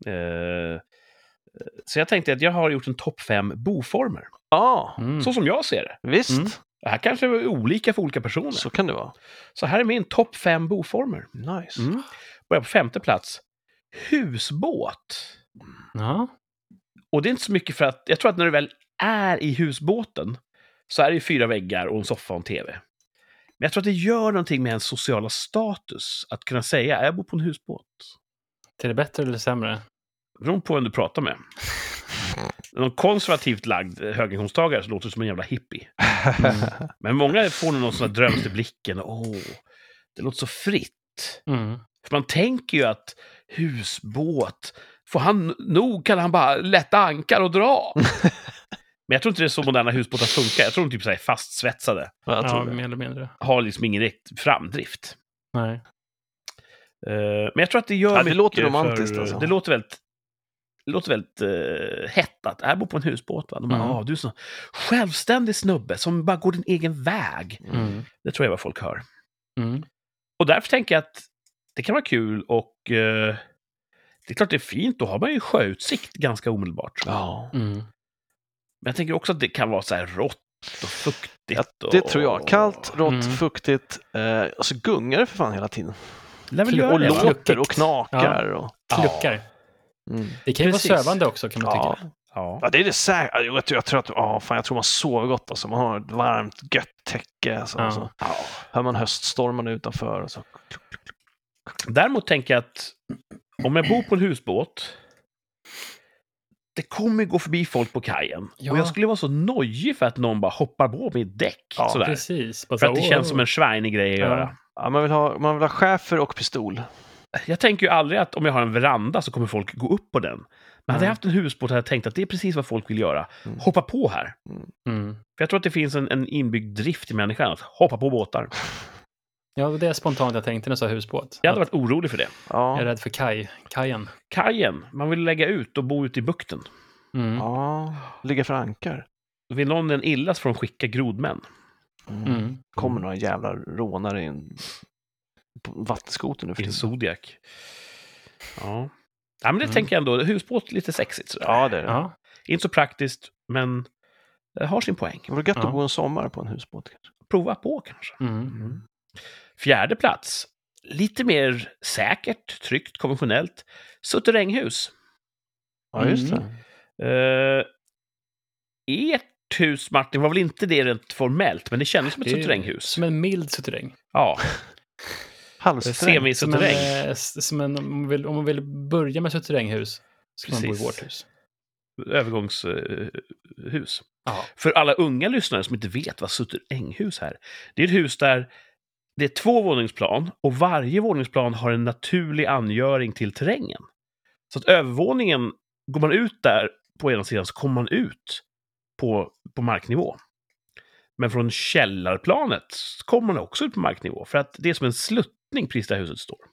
Så jag tänkte att jag har gjort en topp 5 boformer. Så som jag ser det. Visst. Det här kanske är olika för olika personer. Så kan det vara. Så här är min topp 5 boformer. Nice. Börjar på 5:e plats. Husbåt. Ja. Och det är inte så mycket för att, jag tror att när du väl är i husbåten så är det ju 4 väggar och en soffa och en tv. Men jag tror att det gör någonting med en sociala status att kunna säga, jag bor på en husbåt. Till det bättre eller sämre? Beror på vem du pratar med. Någon konservativt lagd höginkomsttagare så låter det som en jävla hippie. Men många får någon sån här dröms i blicken. Det låter så fritt. För man tänker ju att husbåt, får han nog kan han bara lätta ankar och dra. Men jag tror inte det är så moderna husbåtar funkar. Jag tror de typ så här är fastsvetsade. Ja, mer eller mindre. Har liksom ingen direkt framdrift. Nej. Men jag tror att det gör mycket. Det låter romantiskt alltså. Det låter väldigt hett att jag bor på en husbåt. Va? Du är en sån självständig snubbe som bara går din egen väg. Det tror jag vad folk hör. Och därför tänker jag att det kan vara kul och det är klart det är fint. Då har man ju sjöutsikt ganska omedelbart. Ja. Men jag tänker också att det kan vara så här rått och fuktigt. Det tror jag. Kallt, rått, fuktigt. Alltså gungar det för fan hela tiden. Och låter och knakar. Ja. Och kluckar. Det kan ju vara sövande också kan man tycka. Ja, det är det säkert. Jag tror att jag tror man sover gott. Alltså. Man har ett varmt, gött täcke. Så hör man höststormarna utanför. Och så. Däremot tänker jag att om jag bor på en husbåt, det kommer gå förbi folk på kajen. Ja. Och jag skulle vara så nojig för att någon bara hoppar på mitt däck. Ja, sådär. Precis. För att det känns som en svärnig grej att göra. Ja, man vill ha schäfer och pistol. Jag tänker ju aldrig att om jag har en veranda så kommer folk gå upp på den. Men hade jag haft en husbåt hade jag tänkt att det är precis vad folk vill göra. Hoppa på här. För jag tror att det finns en inbyggd drift i människan att hoppa på båtar. Ja, det är spontant jag tänkte när jag sa husbåt. Jag hade varit orolig för det. Ja. Jag är rädd för kajen. Kajen. Man vill lägga ut och bo ute i bukten. Ja, ligga för ankar. Vill någon en illa så får de skicka grodmän. Kommer några jävla rånare in på vattenskoten nu för tiden. Zodiac. Ja. Ja, men det tänker jag ändå. Husbåt lite sexigt sådär. Ja, det är det. Ja. Inte så praktiskt, men det har sin poäng. Det var gött att bo en sommar på en husbåt kanske. Prova på kanske. Fjärde plats. Lite mer säkert, tryggt, konventionellt. Suterränghus. Ja, just det. Ert hus, Martin, var väl inte det rent formellt, men det kändes som ett suterränghus. Som en mild suterräng. Ja. Halvsträng. Semisuterräng. Om man vill börja med suterränghus så kan man bo i vårt hus. Övergångshus. För alla unga lyssnare som inte vet vad suterränghus är. Det är ett hus där det är 2 våningsplan och varje våningsplan har en naturlig angöring till terrängen. Så att övervåningen, går man ut där på ena sidan så kommer man ut på marknivå. Men från källarplanet kommer man också ut på marknivå. För att det är som en sluttning precis där huset står.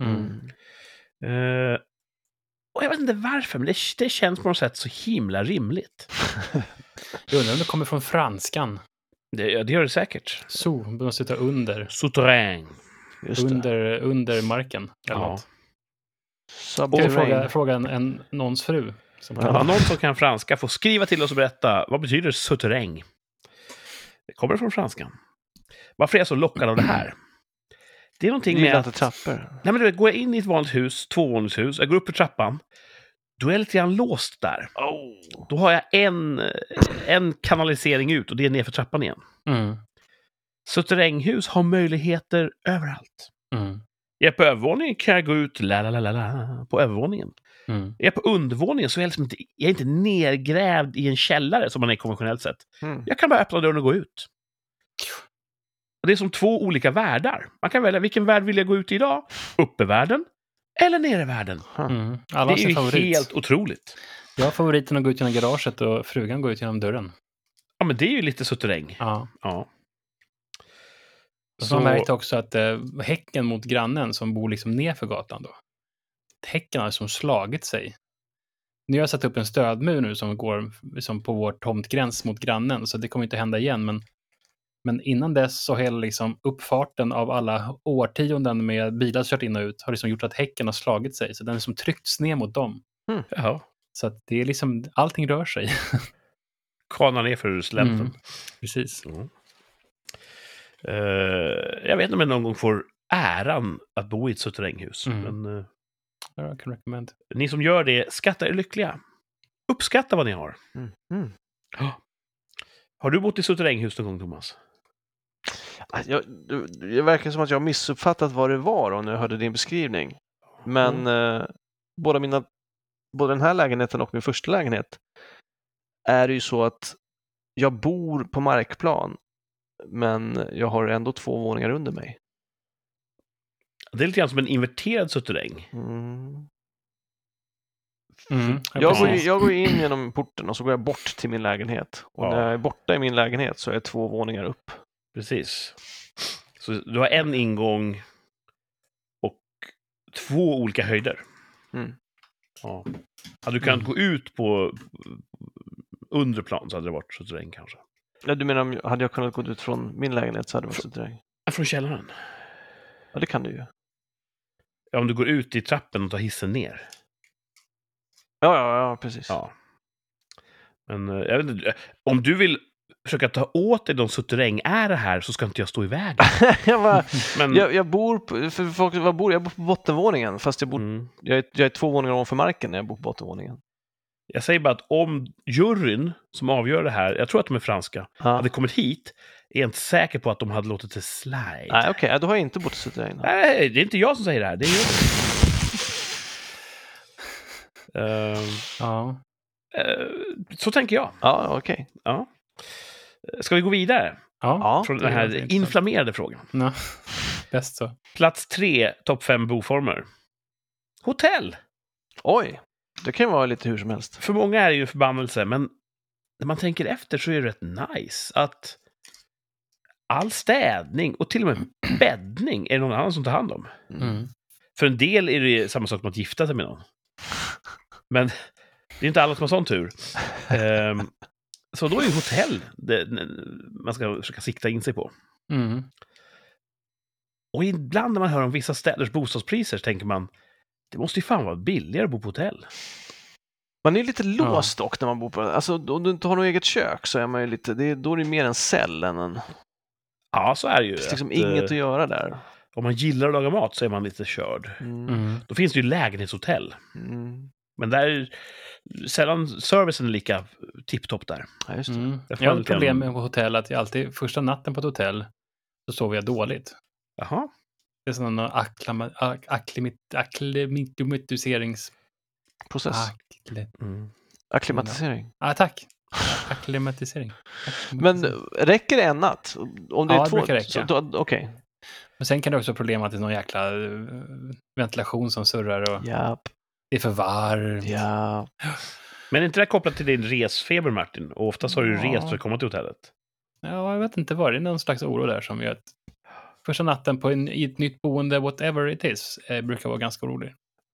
Och jag vet inte varför, men det känns på något sätt så himla rimligt. Jag undrar om det kommer från franskan. Det gör det säkert. Man måste ta under. Souterrain. Under marken. Ja. Kan vi fråga någons fru? Någon som kan franska får skriva till oss och berätta vad betyder souterrain. Det kommer från franskan. Varför är jag så lockad av det här? Det är någonting med att trappor. Nej, men går jag in i ett vanligt hus, 2-våningshus, jag går upp för trappan, då är jag lite grann låst där. Då har jag en kanalisering ut och det är ner för trappan igen. Suterränghus har möjligheter överallt. Jag är på övervåningen kan jag gå ut på övervåningen. Är jag på undervåningen så är jag inte nergrävd i en källare som man är konventionellt sett. Jag kan bara öppna dörren och gå ut. Och det är som 2 olika världar. Man kan välja vilken värld vill jag gå ut i idag? Uppevärlden eller nerevärlden? Det är ju helt otroligt. Jag har favoriten att gå ut genom garaget och frugan går ut genom dörren. Ja, men det är ju lite suterräng. Ja. Så man märkte också att häcken mot grannen som bor liksom nerför gatan då. Häcken har som slagit sig. Nu har jag satt upp en stödmur nu som går liksom på vår tomtgräns mot grannen, så det kommer inte hända igen. Men innan dess så hela liksom uppfarten av alla årtionden med bilar kört in och ut har liksom gjort att häcken har slagit sig. Så den är liksom tryckts ner mot dem. Så att det är liksom, allting rör sig. Kanar ner för slänten. Precis. Jag vet inte om jag någon gång får äran att bo i ett suterränghus. Men jag kan rekommendera. Ni som gör det, skatta er lyckliga. Uppskatta vad ni har. Har du bott i suterränghus någon gång, Thomas? Det verkar som att jag har missuppfattat vad det var när jag hörde din beskrivning. Men både den här lägenheten och min första lägenhet är det ju så att jag bor på markplan, men jag har ändå 2 våningar under mig. Det är lite grann som en inverterad suterräng. Jag går in genom porten och så går jag bort till min lägenhet. Och när jag är borta i min lägenhet så är jag 2 våningar upp. Precis. Så du har en ingång och 2 olika höjder. Ja. Hade du kunnat gå ut på undre plan så hade det varit suterräng kanske. Ja, du menar, hade jag kunnat gå ut från min lägenhet så hade det varit suterräng? Från källaren? Ja, det kan du ju. Ja, om du går ut i trappen och tar hissen ner. Ja, precis. Ja. Men jag vet inte, om du vill försöka ta åt dig de suterräng är det här så ska inte jag stå i vägen. Jag bor på bottenvåningen fast jag är 2 våningar ovanför marken när jag bor på bottenvåningen. Jag säger bara att om juryn som avgör det här, jag tror att de är franska, hade kommit hit, är jag inte säker på att de hade låtit det slide. Nej, okej, då har jag inte bott i suterräng. Nej, det är inte jag som säger det här, det är så tänker jag. Ja, okej. Ja. Ska vi gå vidare? Ja. Från den här inflammerade frågan. Ja, bäst så. Plats 3, topp 5 boformer. Hotell! Oj, det kan vara lite hur som helst. För många är det ju en förbannelse, men när man tänker efter så är det rätt nice att all städning och till och med bäddning är någon annan som tar hand om. För en del är det samma sak som att gifta sig med någon. Men det är inte alla som har sån tur. Så då är ju hotell man ska försöka sikta in sig på. Och ibland när man hör om vissa städers bostadspriser tänker man, det måste ju fan vara billigare att bo på hotell. Man är lite låst dock när man bor på... Alltså om du inte har något eget kök så är man ju lite... Då är det mer en cell än en... Ja, så är det ju. Det finns liksom inget att göra där. Om man gillar att laga mat så är man lite körd. Då finns det ju lägenhetshotell. Men där är sällan servicen är lika tipptopp där. Ja, just det. Jag har ett problem med hotell att jag alltid, första natten på ett hotell så sover jag dåligt. Jaha. Det är sån akklimatiseringsprocess. Akklimatisering. Tack. Akklimatisering. Men räcker det en natt? Om det är 2, det brukar räcka. Okej. Men sen kan det också vara problem att det är någon jäkla ventilation som surrar och det är för varmt. Ja. Men är inte det kopplat till din resfeber, Martin? Och oftast har du rest för att komma till hotellet. Ja, jag vet inte vad. Det är någon slags oro där som gör att första natten på i ett nytt boende, whatever it is, brukar vara ganska orolig.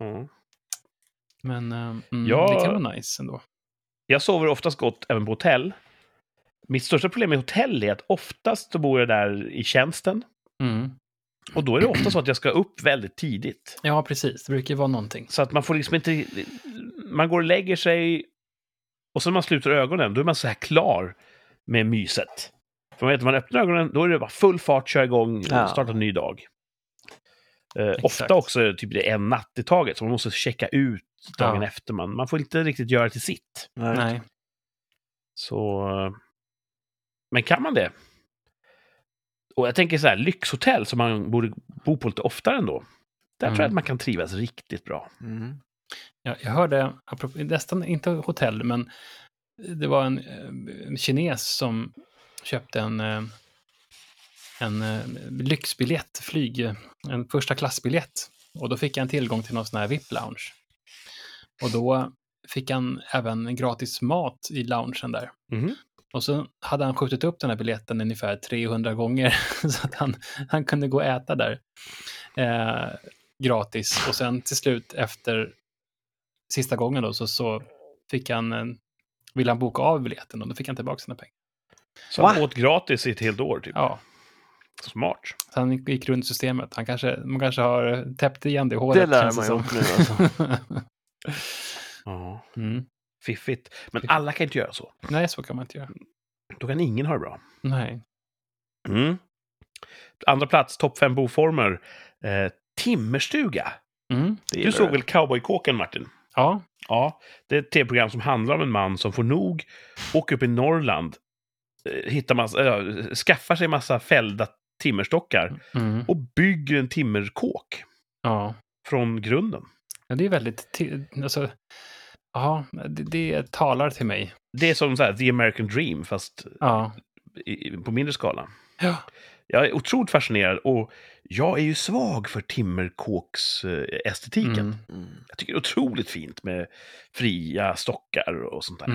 Men det kan vara nice ändå. Jag sover oftast gott även på hotell. Mitt största problem med hotell är att oftast så bor jag där i tjänsten. Och då är det ofta så att jag ska upp väldigt tidigt. Ja, precis. Det brukar vara någonting. Så att man får liksom inte... Man går och lägger sig och så när man sluter ögonen, då är man så här klar med myset. För när man öppnar ögonen, då är det bara full fart, kör igång, starta en ny dag. Ofta också är det typ det en natt i taget, så man måste checka ut dagen efter. Man får inte riktigt göra till sitt. Nej. Så... Men kan man det? Och jag tänker så här, lyxhotell som man borde bo på lite oftare ändå. Där tror jag att man kan trivas riktigt bra. Ja, jag hörde, nästan inte hotell, men det var en kines som köpte en lyxbiljett, en första klassbiljett. Och då fick han tillgång till någon sån här VIP-lounge. Och då fick han även gratis mat i loungen där. Och så hade han skjutit upp den här biljetten ungefär 300 gånger så att han kunde gå och äta där gratis. Och sen till slut efter sista gången då så fick ville han boka av biljetten och då fick han tillbaka sina pengar. Så han åt gratis i ett helt år typ? Ja. Smart. Så han gick runt systemet. Man kanske har täppt igen det hålet. Det lär man ju upp nu alltså. Ja. Fiffigt. Men alla kan inte göra så. Nej, så kan man inte göra. Då kan ingen ha det bra. Nej. Andra plats, topp 5 boformer. Timmerstuga. Du såg väl Cowboykåken, Martin? Ja. Ja, det är ett tv-program som handlar om en man som får nog, åker upp i Norrland, skaffar sig massa fällda timmerstockar och bygger en timmerkåk från grunden. Ja, det är väldigt... Alltså, ja, det talar till mig. Det är som så här, The American Dream, fast Ja. på mindre skala. Ja. Jag är otroligt fascinerad och jag är ju svag för timmerkåksestetiken. Jag tycker det är otroligt fint med fria stockar och sånt där.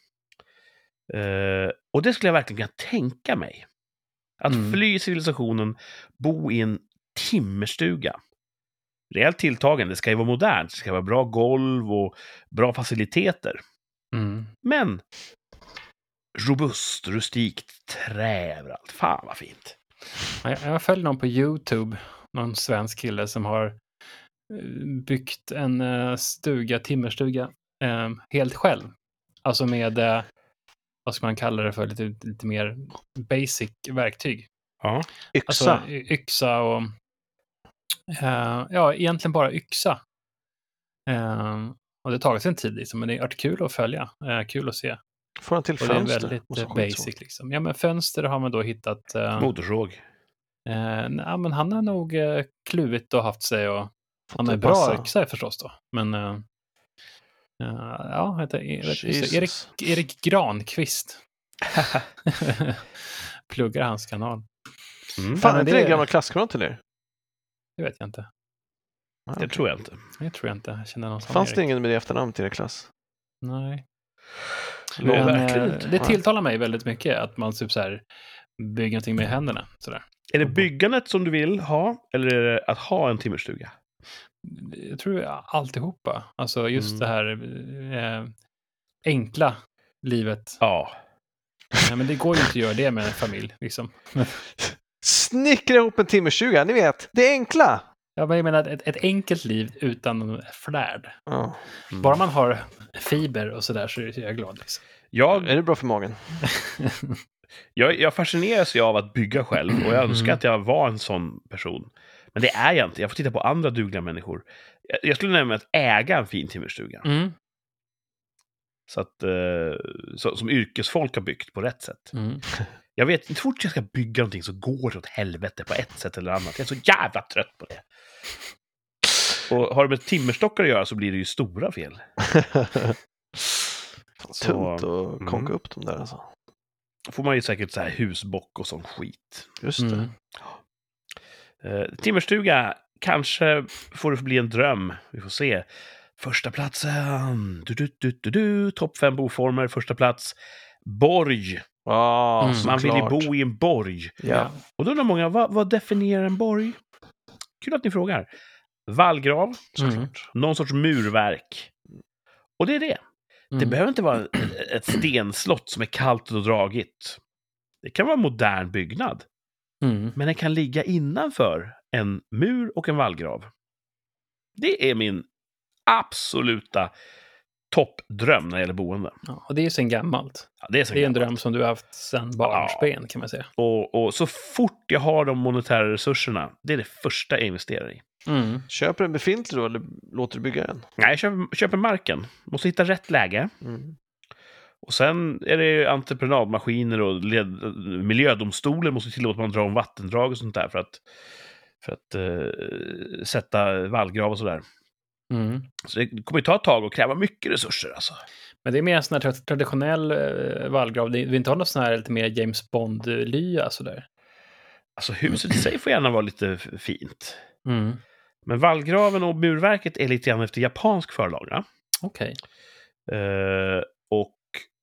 Och det skulle jag verkligen kunna tänka mig. Att fly civilisationen, bo i en timmerstuga. Rejält tilltagen, det ska ju vara modernt, det ska vara bra golv och bra faciliteter. Men robust, rustikt, trä överallt. Fan vad fint. Jag följer någon på YouTube, någon svensk kille som har byggt en timmerstuga, helt själv. Alltså med, vad ska man kalla det för, lite mer basic verktyg. Ja. Yxa. Alltså yxa och ja, egentligen bara yxa. Och det har tagit en tid liksom, men det har varit kul att följa, kul att se. Får han till Och det är fönster? väldigt basic liksom. Ja, men fönster har man då hittat. Motorsåg. Nej, men han har nog kluvit och haft sig och han är bra yxa förstås då. Men ja, heter Erik Granqvist. Pluggar hans kanal. Fan, är inte det en gammal klasskamrat till er? Det vet jag inte. Det tror jag inte. Det tror jag inte. Jag känner någon som Fanns Erik. det ingen med det efternamn till er klass? Nej. Men, Men, det tilltalar mig väldigt mycket att man typ så här bygger någonting med händerna. Sådär. Är det byggandet som du vill ha, eller är det att ha en timmerstuga? Jag tror alltihopa. Alltså just det här enkla livet. Ja. Ja, men det går ju inte att göra det med en familj. Liksom. Snickra ihop en timmerstuga, ni vet. Det är enkla! Ja, men jag menar ett enkelt liv utan flärd. Ja. Bara man har fiber och sådär så är jag glad. Liksom. Är det bra för magen? Jag fascineras ju av att bygga själv och jag önskar att jag var en sån person. Men det är jag inte. Jag får titta på andra dugliga människor. Jag skulle nämligen att äga en fin timmerstuga. Så att, som yrkesfolk har byggt på rätt sätt. Jag vet inte, fort jag ska bygga någonting så går det åt helvete på ett sätt eller annat. Jag är så jävla trött på det. Och har det med timmerstockar att göra så blir det ju stora fel. Tungt att konka upp dem där alltså. Får man ju säkert så här husbock och sån skit. Just det. Timmerstuga, kanske får det bli en dröm. Vi får se. Första platsen. Topp 5 boformer. Första plats. Borg. Man vill ju bo i en borg. Ja. Och då undrar många, vad definierar en borg? Kul att ni frågar. Vallgrav. Någon sorts murverk. Och det är det. Det behöver inte vara ett stenslott som är kallt och dragigt. Det kan vara en modern byggnad. Men den kan ligga innanför en mur och en vallgrav. Det är min absoluta toppdröm när det gäller boende. Ja, och det är ju sen gammalt. Ja, det är en dröm som du har haft sedan barnsben kan man säga. Och så fort jag har de monetära resurserna, det är det första jag investerar i. Köper en befintlig då eller låter du bygga en? Nej, jag köper marken. Måste hitta rätt läge. Och sen är det entreprenadmaskiner och miljödomstolen måste tillåta man dra om vattendrag och sånt där för att sätta vallgrav och sådär. Så det kommer ju ta ett tag och kräva mycket resurser alltså. Men det är mer en sån här traditionell vallgrav. Det vill inte ha något sån här lite mer James Bond-lya sådär. Alltså huset i sig får gärna vara lite fint. Men vallgraven och murverket är lite grann efter japansk förlaga. Okej. Och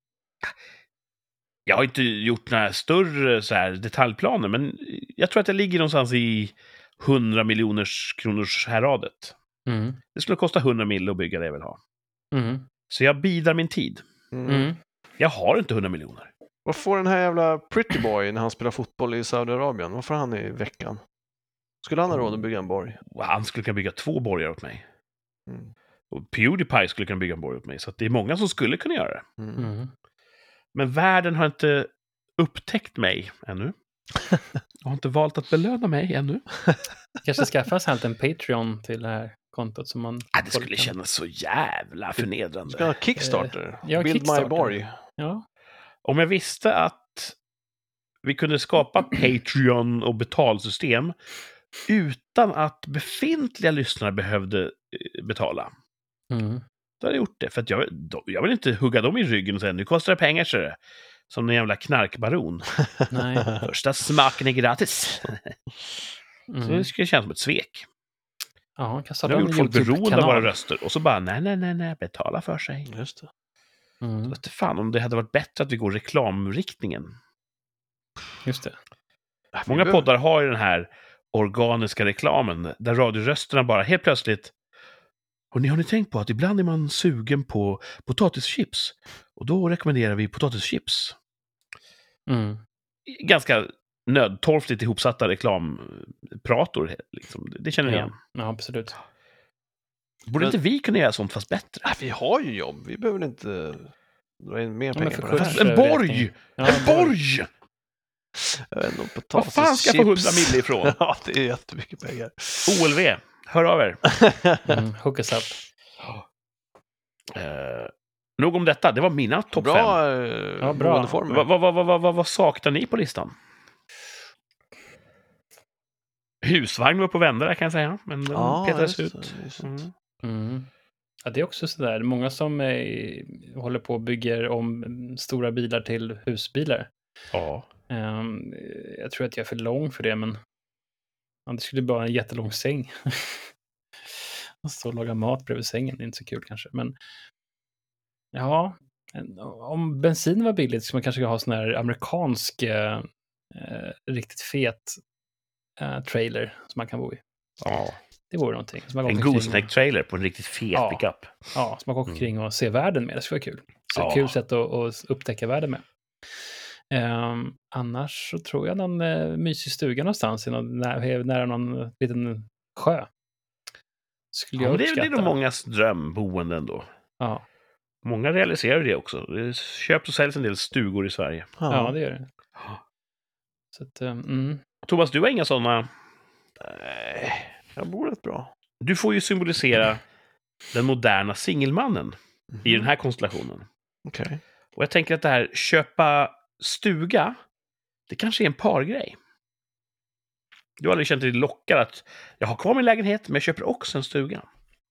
jag har inte gjort några större så här detaljplaner, men jag tror att det ligger någonstans i 100 miljoners kronors häradet. Det skulle kosta 100 mil att bygga det jag vill ha. Så jag bidrar min tid. Jag har inte 100 miljoner. Vad får den här jävla Pretty Boy när han spelar fotboll i Saudiarabien? Vad får han i veckan? Skulle han ha råd att bygga en borg? Han skulle kunna bygga 2 borgar åt mig. Och PewDiePie skulle kunna bygga en borg åt mig. Så att det är många som skulle kunna göra det. Men världen har inte upptäckt mig ännu. Jag har inte valt att belöna mig ännu. Kanske skaffa sig en Patreon till det här kontot som man... Det skulle kännas så jävla förnedrande. Ska ha Kickstarter? Ja, Build Kickstarter. My Borg. Ja. Om jag visste att vi kunde skapa Patreon och betalsystem utan att befintliga lyssnare behövde betala. Då hade jag gjort det. För att jag vill inte hugga dem i ryggen och säga nu kostar det pengar, så det. Som en jävla knarkbaron. Nej. Första smaken är gratis. Så det skulle kännas som ett svek. Ja, Nu har vi gjort folk beroende av våra röster. Och så bara, nej, betala för sig. Just det. Så vet fan om det hade varit bättre att vi går reklamriktningen. Just det. Många poddar har ju den här organiska reklamen, där radiorösterna bara helt plötsligt. Och har ni tänkt på att ibland är man sugen på potatischips? Och då rekommenderar vi potatischips. Ganska nödtorftigt ihopsatta reklamprator. Liksom. Det känner ni igen. Ja, absolut. Borde inte vi kunna göra sånt fast bättre? Vi har ju jobb. Vi behöver inte dra in mer pengar på det här. En borg! En borg! Vad fan ska jag få 100 mil ifrån? Ja, det är jättemycket pengar. OLV, hör av er. Hook us up. Nog om detta, det var mina topp 5. Ja, bra. Vad saknar ni på listan? Husvagn var på vända där kan jag säga. Men den petades ut. Ja, det är också sådär. Många som håller på och bygger om stora bilar till husbilar. Ja. Jag tror att jag är för lång för det, men det skulle bara en jättelång säng. Och stå och laga mat bredvid sängen, det är inte så kul kanske. Men ja, om bensin var billigt så man kanske ha sån här amerikansk riktigt fet trailer som man kan bo i. Ja. Det vore någonting. En gooseneck-trailer på en riktigt fet pickup. Ja, så man kan åka kring och se världen med. Det skulle vara kul. Så kul sätt att upptäcka världen med. Annars så tror jag någon mysig stuga någonstans nära någon liten sjö. Skulle jag uppskatta. Det är nog mångas drömboende ändå. Ja. Många realiserar det också. Det köps och säljs en del stugor i Sverige. Ja, det gör det. Så att, Thomas, du har inga sådana... Nej, jag bor rätt bra. Du får ju symbolisera den moderna singelmannen i den här konstellationen. Okej. Och jag tänker att det här köpa stuga, det kanske är en pargrej. Du har aldrig känt dig lockad att jag har kvar min lägenhet, men jag köper också en stuga.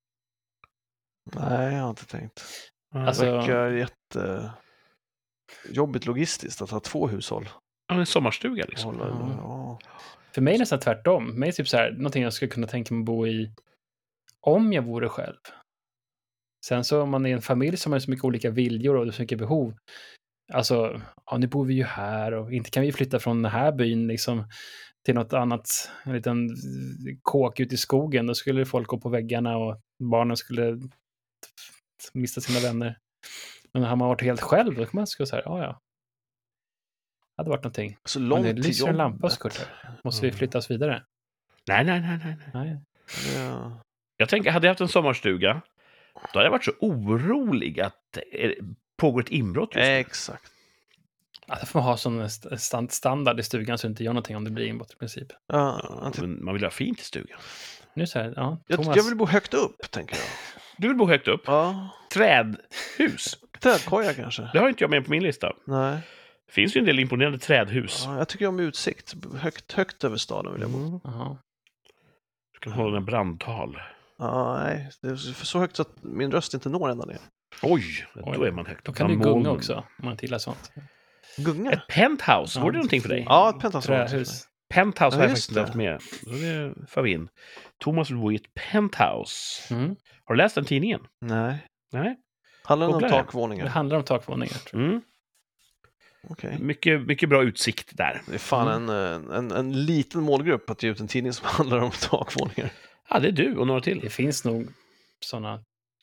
Nej, jag har inte tänkt. Alltså, det verkar jättejobbigt logistiskt att ha 2 hushåll. Ja, en sommarstuga liksom. För mig är det nästan tvärtom. Mig är typ så här, någonting jag skulle kunna tänka mig att bo i om jag vore själv. Sen så om man är en familj som har så mycket olika viljor och så mycket behov. Alltså, nu bor vi ju här och inte kan vi flytta från den här byn liksom till något annat, en liten kåk ute i skogen. Då skulle folk gå på väggarna och barnen skulle mista sina vänner. Men har man varit helt själv, då kan man säga så här, ja. Det hade varit någonting. Så långt det till lyser jobbet. en lampa så kort. Måste vi flyttas vidare? Nej. Ja. Jag tänker, hade jag haft en sommarstuga, då hade jag varit så orolig att det pågår ett inbrott just nu. Exakt. Då får man ha sån standard i stugan så det inte gör någonting om det blir inbrott i princip. Men man vill ha fint i stugan. Nu så här, Thomas... Jag vill bo högt upp, tänker jag. Du vill bo högt upp? Ja. Trädhus? Trädkoja kanske. Det har inte jag med på min lista. Nej. Det finns ju en del imponerande trädhus. Ja, jag tycker om utsikt. Högt över staden vill jag bo. Du kan hålla en brandtal. Ja, nej. Det är så högt så att min röst inte når ända ner. Oj, då är man högt. Då kan du gunga också, om man inte gillar sånt. Gunga? Ett penthouse, vore det någonting för dig? Ja, ett penthouse. Trähus. Penthouse har jag faktiskt inte haft med. Det får vi in. Thomas vill bo i ett penthouse. Har du läst den tidningen? Nej. Nej. Handlar det om takvåningar? Det handlar om takvåningar, tror jag. Okay. Mycket bra utsikt där. Det är fan en liten målgrupp att ge ut en tidning som handlar om takvåningar. Ja, det är du och några till. Det finns nog sådana.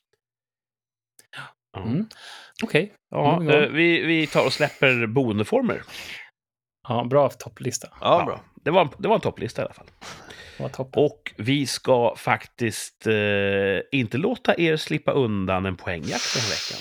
Okej. Ja, vi tar och släpper boendeformer. Ja, bra topplista. Ja, bra. Det var en topplista i alla fall. Och vi ska faktiskt inte låta er slippa undan en poängjakt den här veckan.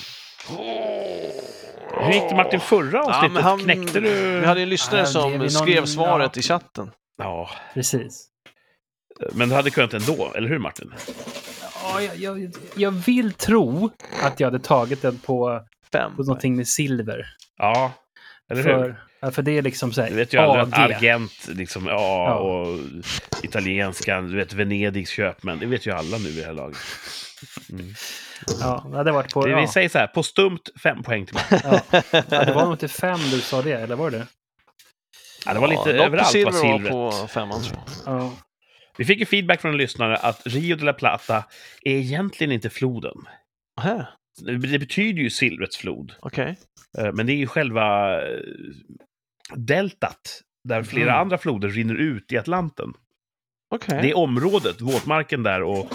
Hur gick det, Martin, förra avsnittet? Knäckte du? Vi hade en lyssnare som skrev svaret i chatten. Ja, precis. Men du hade kunnat ändå, eller hur, Martin? Ja, jag vill tro att jag hade tagit den på 5. På någonting med silver. Ja, eller hur? För det är liksom så här, du vet ju aldrig att Argent, liksom, och italienskan, du vet, Venedigs köpmän, det vet ju alla nu i det här laget. Ja, det hade varit på... Vi säger så här, på stumt 5 poäng till mig. Ja, det var nog till 5 du sa det, eller var det? Ja, det var lite något överallt silver var silvret. på 5:an, tror jag. Ja. Vi fick ju feedback från en lyssnare att Rio de la Plata är egentligen inte floden. Här. Det betyder ju silvrets flod. Okej. Men det är ju själva deltat där flera andra floder rinner ut i Atlanten. Okej. Det är området, våtmarken där och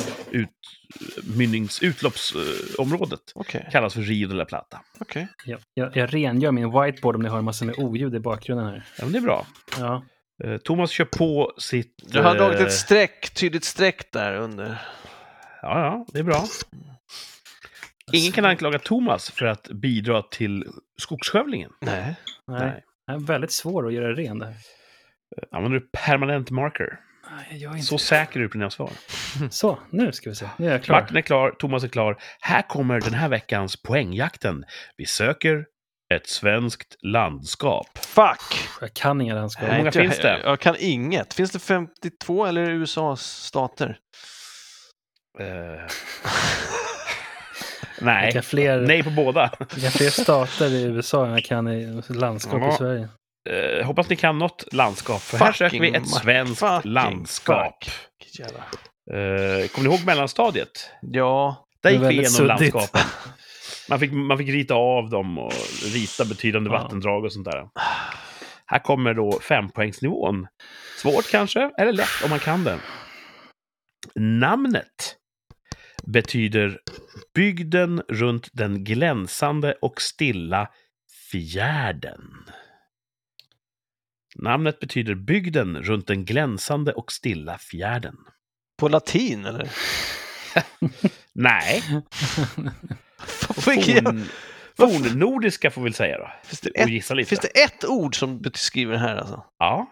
utloppsområdet Okej. kallas för Rio de la Plata. Okej. Jag rengör min whiteboard om ni hör en massa med oljud i bakgrunden här. Ja, men det är bra. Ja. Thomas kör på sitt... Du har dragit ett streck, tydligt streck där under. Ja, det är bra. Ingen kan anklaga Thomas för att bidra till skogsskövlingen. Nej. Nej. Det är väldigt svårt att göra ren där. Använder du permanent marker? Nej, jag är inte. Så säker är du på dina svar. Så, nu ska vi se. Nu är jag klar. Martin är klar, Thomas är klar. Här kommer den här veckans poängjakten. Vi söker ett svenskt landskap. Fuck! Jag kan inga landskap. Hur många finns det? Jag kan inget. Finns det 52 eller är det USAs stater? Nej. Fler, Nej på båda. jag kan fler stater i USA än jag kan i landskap i Sverige. Hoppas ni kan något landskap. För här söker vi ett svenskt landskap. Kommer ni ihåg mellanstadiet? Ja. Där gick vi väldigt igenom suddigt. landskapen. Man fick rita av dem och rita betydande vattendrag och sånt där. Här kommer då 5-poängsnivån. Svårt kanske, eller lätt om man kan det. Namnet betyder bygden runt den glänsande och stilla fjärden. Namnet betyder bygden runt den glänsande och stilla fjärden. På latin, eller? Nej. Fornnordiska får vi säga då. Finns det ett ord som beskriver det här alltså? Ja.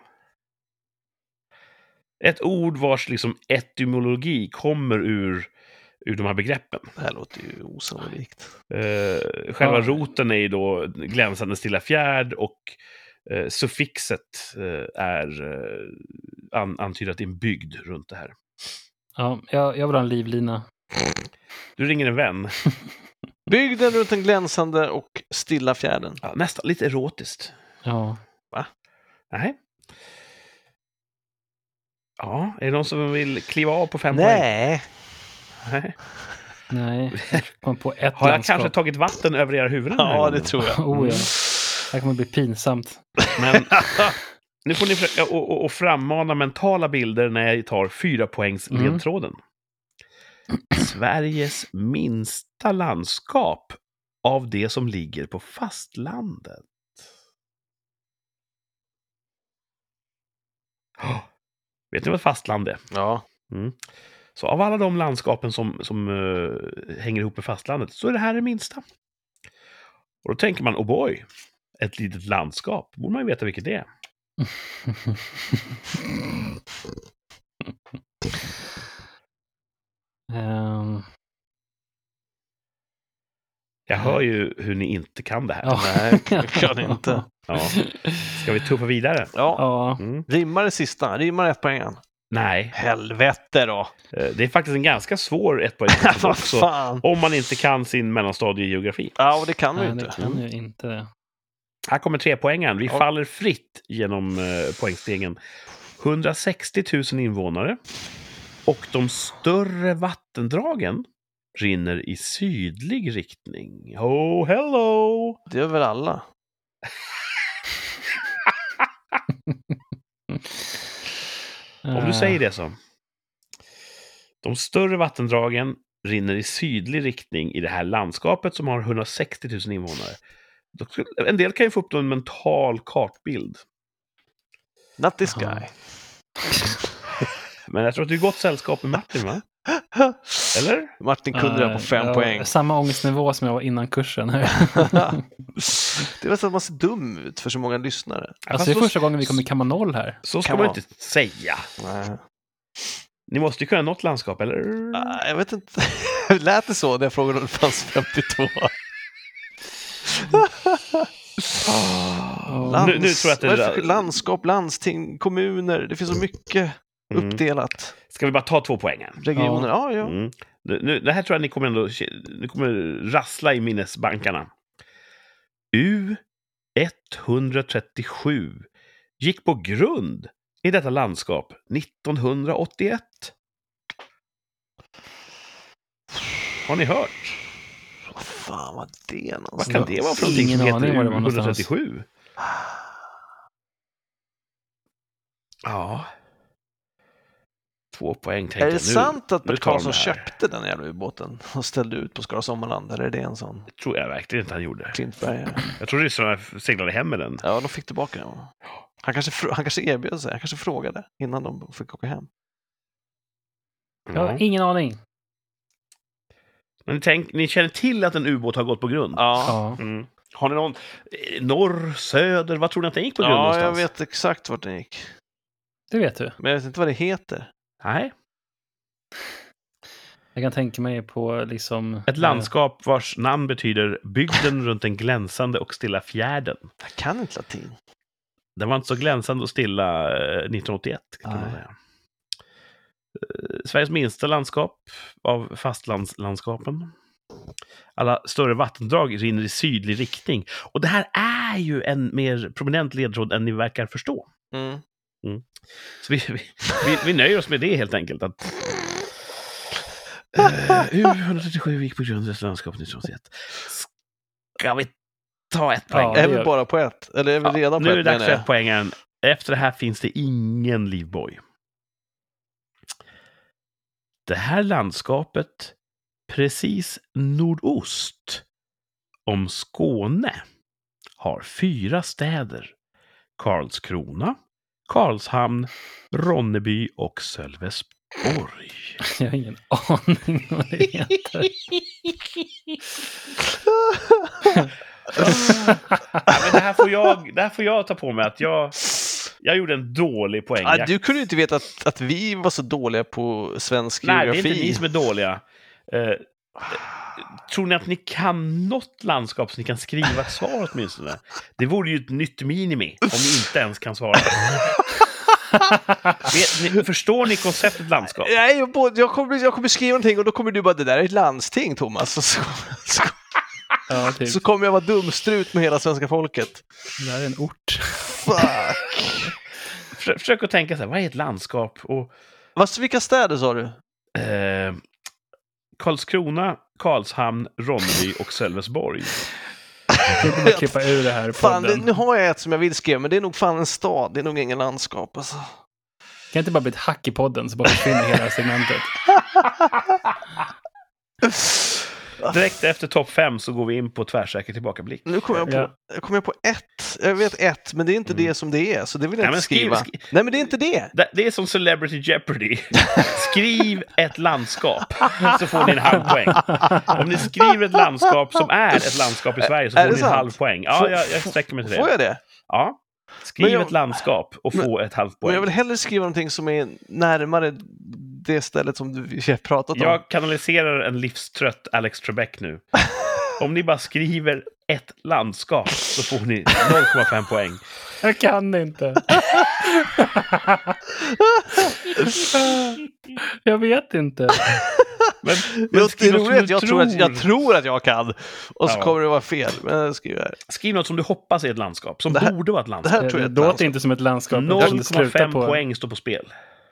Ett ord vars liksom etymologi kommer ur de här begreppen. Det här låter ju osannolikt. Själva roten är ju då glänsande stilla fjärd och suffixet antyder att det är en bygd runt det här. Ja, jag vill ha en livlina. Du ringer en vän. Bygden runt den glänsande och stilla fjärden. Ja, nästan lite erotiskt. Ja. Va? Nej. Ja, är det någon som vill kliva av på 5 poäng? Nej. Nej. Kom på ett Har jag landskap. kanske tagit vatten över era huvuden? Ja, det tror jag. Oh, ja. Det här kommer bli pinsamt. Men nu får ni försöka och frammana mentala bilder när jag tar 4 poängs ledtråden. Sveriges minsta landskap av det som ligger på fastlandet. Vet ni vad fastland är? Ja. Så av alla de landskapen som hänger ihop med fastlandet så är det här det minsta. Och då tänker man, oh boy, ett litet landskap. Borde man ju veta vilket det är. Jag hör ju hur ni inte kan det här. Ja. Nej, jag kan inte. Ja. Ska vi tuffa vidare? Ja. Mm. Rimmar det sista? Rimmar 1 poängen? Nej. Helvete då! Det är faktiskt en ganska svår 1 poäng också. Om man inte kan sin mellanstadiegeografi. Ja, och det kan vi Nej, inte. det kan ju inte. Här kommer 3 poängen. Vi faller fritt genom poängstegen. 160 000 invånare. Och de större vattendragen rinner i sydlig riktning. Oh, hello! Det är väl alla? Om du säger det så. De större vattendragen rinner i sydlig riktning i det här landskapet som har 160 000 invånare. En del kan ju få upp en mental kartbild. Not this guy. Men jag tror att du är gott sällskap med Martin, va? Eller? Martin kunde det på 5 poäng. Samma ångestnivå som jag var innan kursen. Det var så att man ser dum ut för så många lyssnare. Alltså det är första gången vi kommer kamma 0 här. Så ska man inte säga. Nej. Ni måste ju kunna något landskap, eller? Jag vet inte. Lät det så när jag frågade om det fanns 52? Nu tror jag att det är landskap, landsting, kommuner. Det finns så mycket uppdelat. Ska vi bara ta 2 poängen? Regioner, ja. Det här tror jag ni kommer rassla i minnesbankarna. U-137 gick på grund i detta landskap 1981. Har ni hört? Vad fan var det någonstans? Vad kan det vara för någonting som heter U-137? Ja. 2 poäng tänkte jag. Är det sant att Bert Karlsson köpte köpte den jävla ubåten och ställde ut på Skara Sommarland? Eller är det en sån? Det tror jag verkligen inte han gjorde. Klintbergare. Jag tror ryssarna seglade hem med den. Ja, de fick tillbaka den. Han kanske erbjöd sig. Han kanske frågade innan de fick åka hem. Jag har ingen aning. Men ni känner till att en ubåt har gått på grund? Ja. Mm. Har ni någon norr, söder? Vad tror ni att den gick på grund någonstans? Ja, jag vet exakt vart den gick. Det vet du. Men jag vet inte vad det heter. Nej. Jag kan tänka mig på liksom... Ett landskap vars namn betyder bygden runt den glänsande och stilla fjärden. Jag kan inte latin. Den var inte så glänsande och stilla 1981, kan man säga. Sveriges minsta landskap av fastlandslandskapen. Alla större vattendrag rinner i sydlig riktning. Och det här är ju en mer prominent ledtråd än ni verkar förstå. Mm. Så vi nöjer oss med det helt enkelt. Att U-137 gick på grund av landskapet 1981. Ska vi ta ett poäng? Ja, är vi bara på ett? Eller är vi redan på ett? Nu är det dags för ett poängen. Efter det här finns det ingen livboj. Det här landskapet precis nordost om Skåne har 4 städer. Karlskrona, Karlshamn, Ronneby och Sölvesborg. Jag har ingen aning vad det heter. Men det här får jag ta på mig att jag gjorde en dålig poäng. Du kunde ju inte veta att vi var så dåliga på svensk geografi. Nej, det är inte ni som är dåliga. Tror ni att ni kan något landskap så ni kan skriva ett svar åtminstone? Det vore ju ett nytt minimi om ni inte ens kan svara. Förstår ni konceptet landskap? Nej, jag kommer skriva någonting och då kommer du bara, det där är ett landsting, Thomas. Ja, typ. Så kommer jag vara dumstrut med hela svenska folket. Det här är en ort. Fuck. Försök att tänka så här, vad är ett landskap? Och, vilka städer sa du? Karlskrona, Karlshamn, Ronneby och Sölvesborg. Jag kan bara klippa ur det här fan, podden. nu har jag ett som jag vill skriva, men det är nog fan en stad. Det är nog ingen landskap. Alltså. Kan inte bara bli ett hack i podden så bara försvinner hela segmentet. Direkt efter topp 5 så går vi in på tvärsäker tillbakablick. Nu kommer jag på ett. Jag vet ett, men det är inte det som det är. Så det vill jag inte skriva. Nej, men det är inte det. Det är som Celebrity Jeopardy. Skriv ett landskap så får ni en halv poäng. Om ni skriver ett landskap som är ett landskap i Sverige så får ni en halv poäng. Ja, jag sträcker mig till det. Får jag det? Ja. Skriv ett landskap och få ett halvt poäng. Men jag vill hellre skriva någonting som är närmare det stället som du har pratat om. Jag kanaliserar en livstrött Alex Trebek nu. Om ni bara skriver ett landskap så får ni 0,5 poäng. Jag kan inte. Jag vet inte. Men jag tror att jag kan. Och så kommer det vara fel. Men skriv något som du hoppas är ett landskap. Som borde vara ett landskap. Det här tror jag det låter inte som ett landskap. 0,5 poäng står på spel.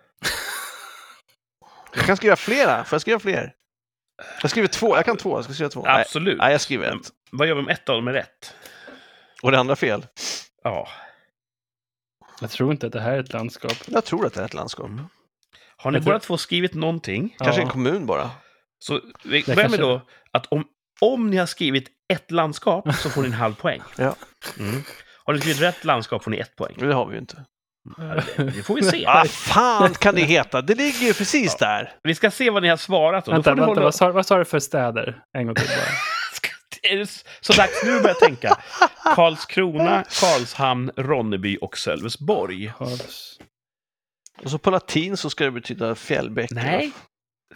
Jag kan skriva flera. Får jag skriva fler? Jag skriver 2. Jag kan 2. Jag ska skriva 2. Absolut. Nej, jag skriver 1. Vad gör vi om ett av dem är rätt? Och det andra fel? Ja. Jag tror inte att det här är ett landskap. Jag tror att det är ett landskap. Har ni båda två skrivit någonting? Kanske en kommun bara. Så vi börjar med då att om ni har skrivit ett landskap så får ni en halv poäng. Ja. Har ni skrivit rätt landskap får ni 1 poäng. Det har vi ju inte. Det får vi se. Vad fan kan det heta? Det ligger ju precis där. Vi ska se vad ni har svarat. Vänta, vad sa du för städer? En gång till bara. Är det så dags nu börjar jag tänka. Karlskrona, Karlshamn, Ronneby och Sölvesborg. Och så på latin så ska det betyda fjällbäck. Nej,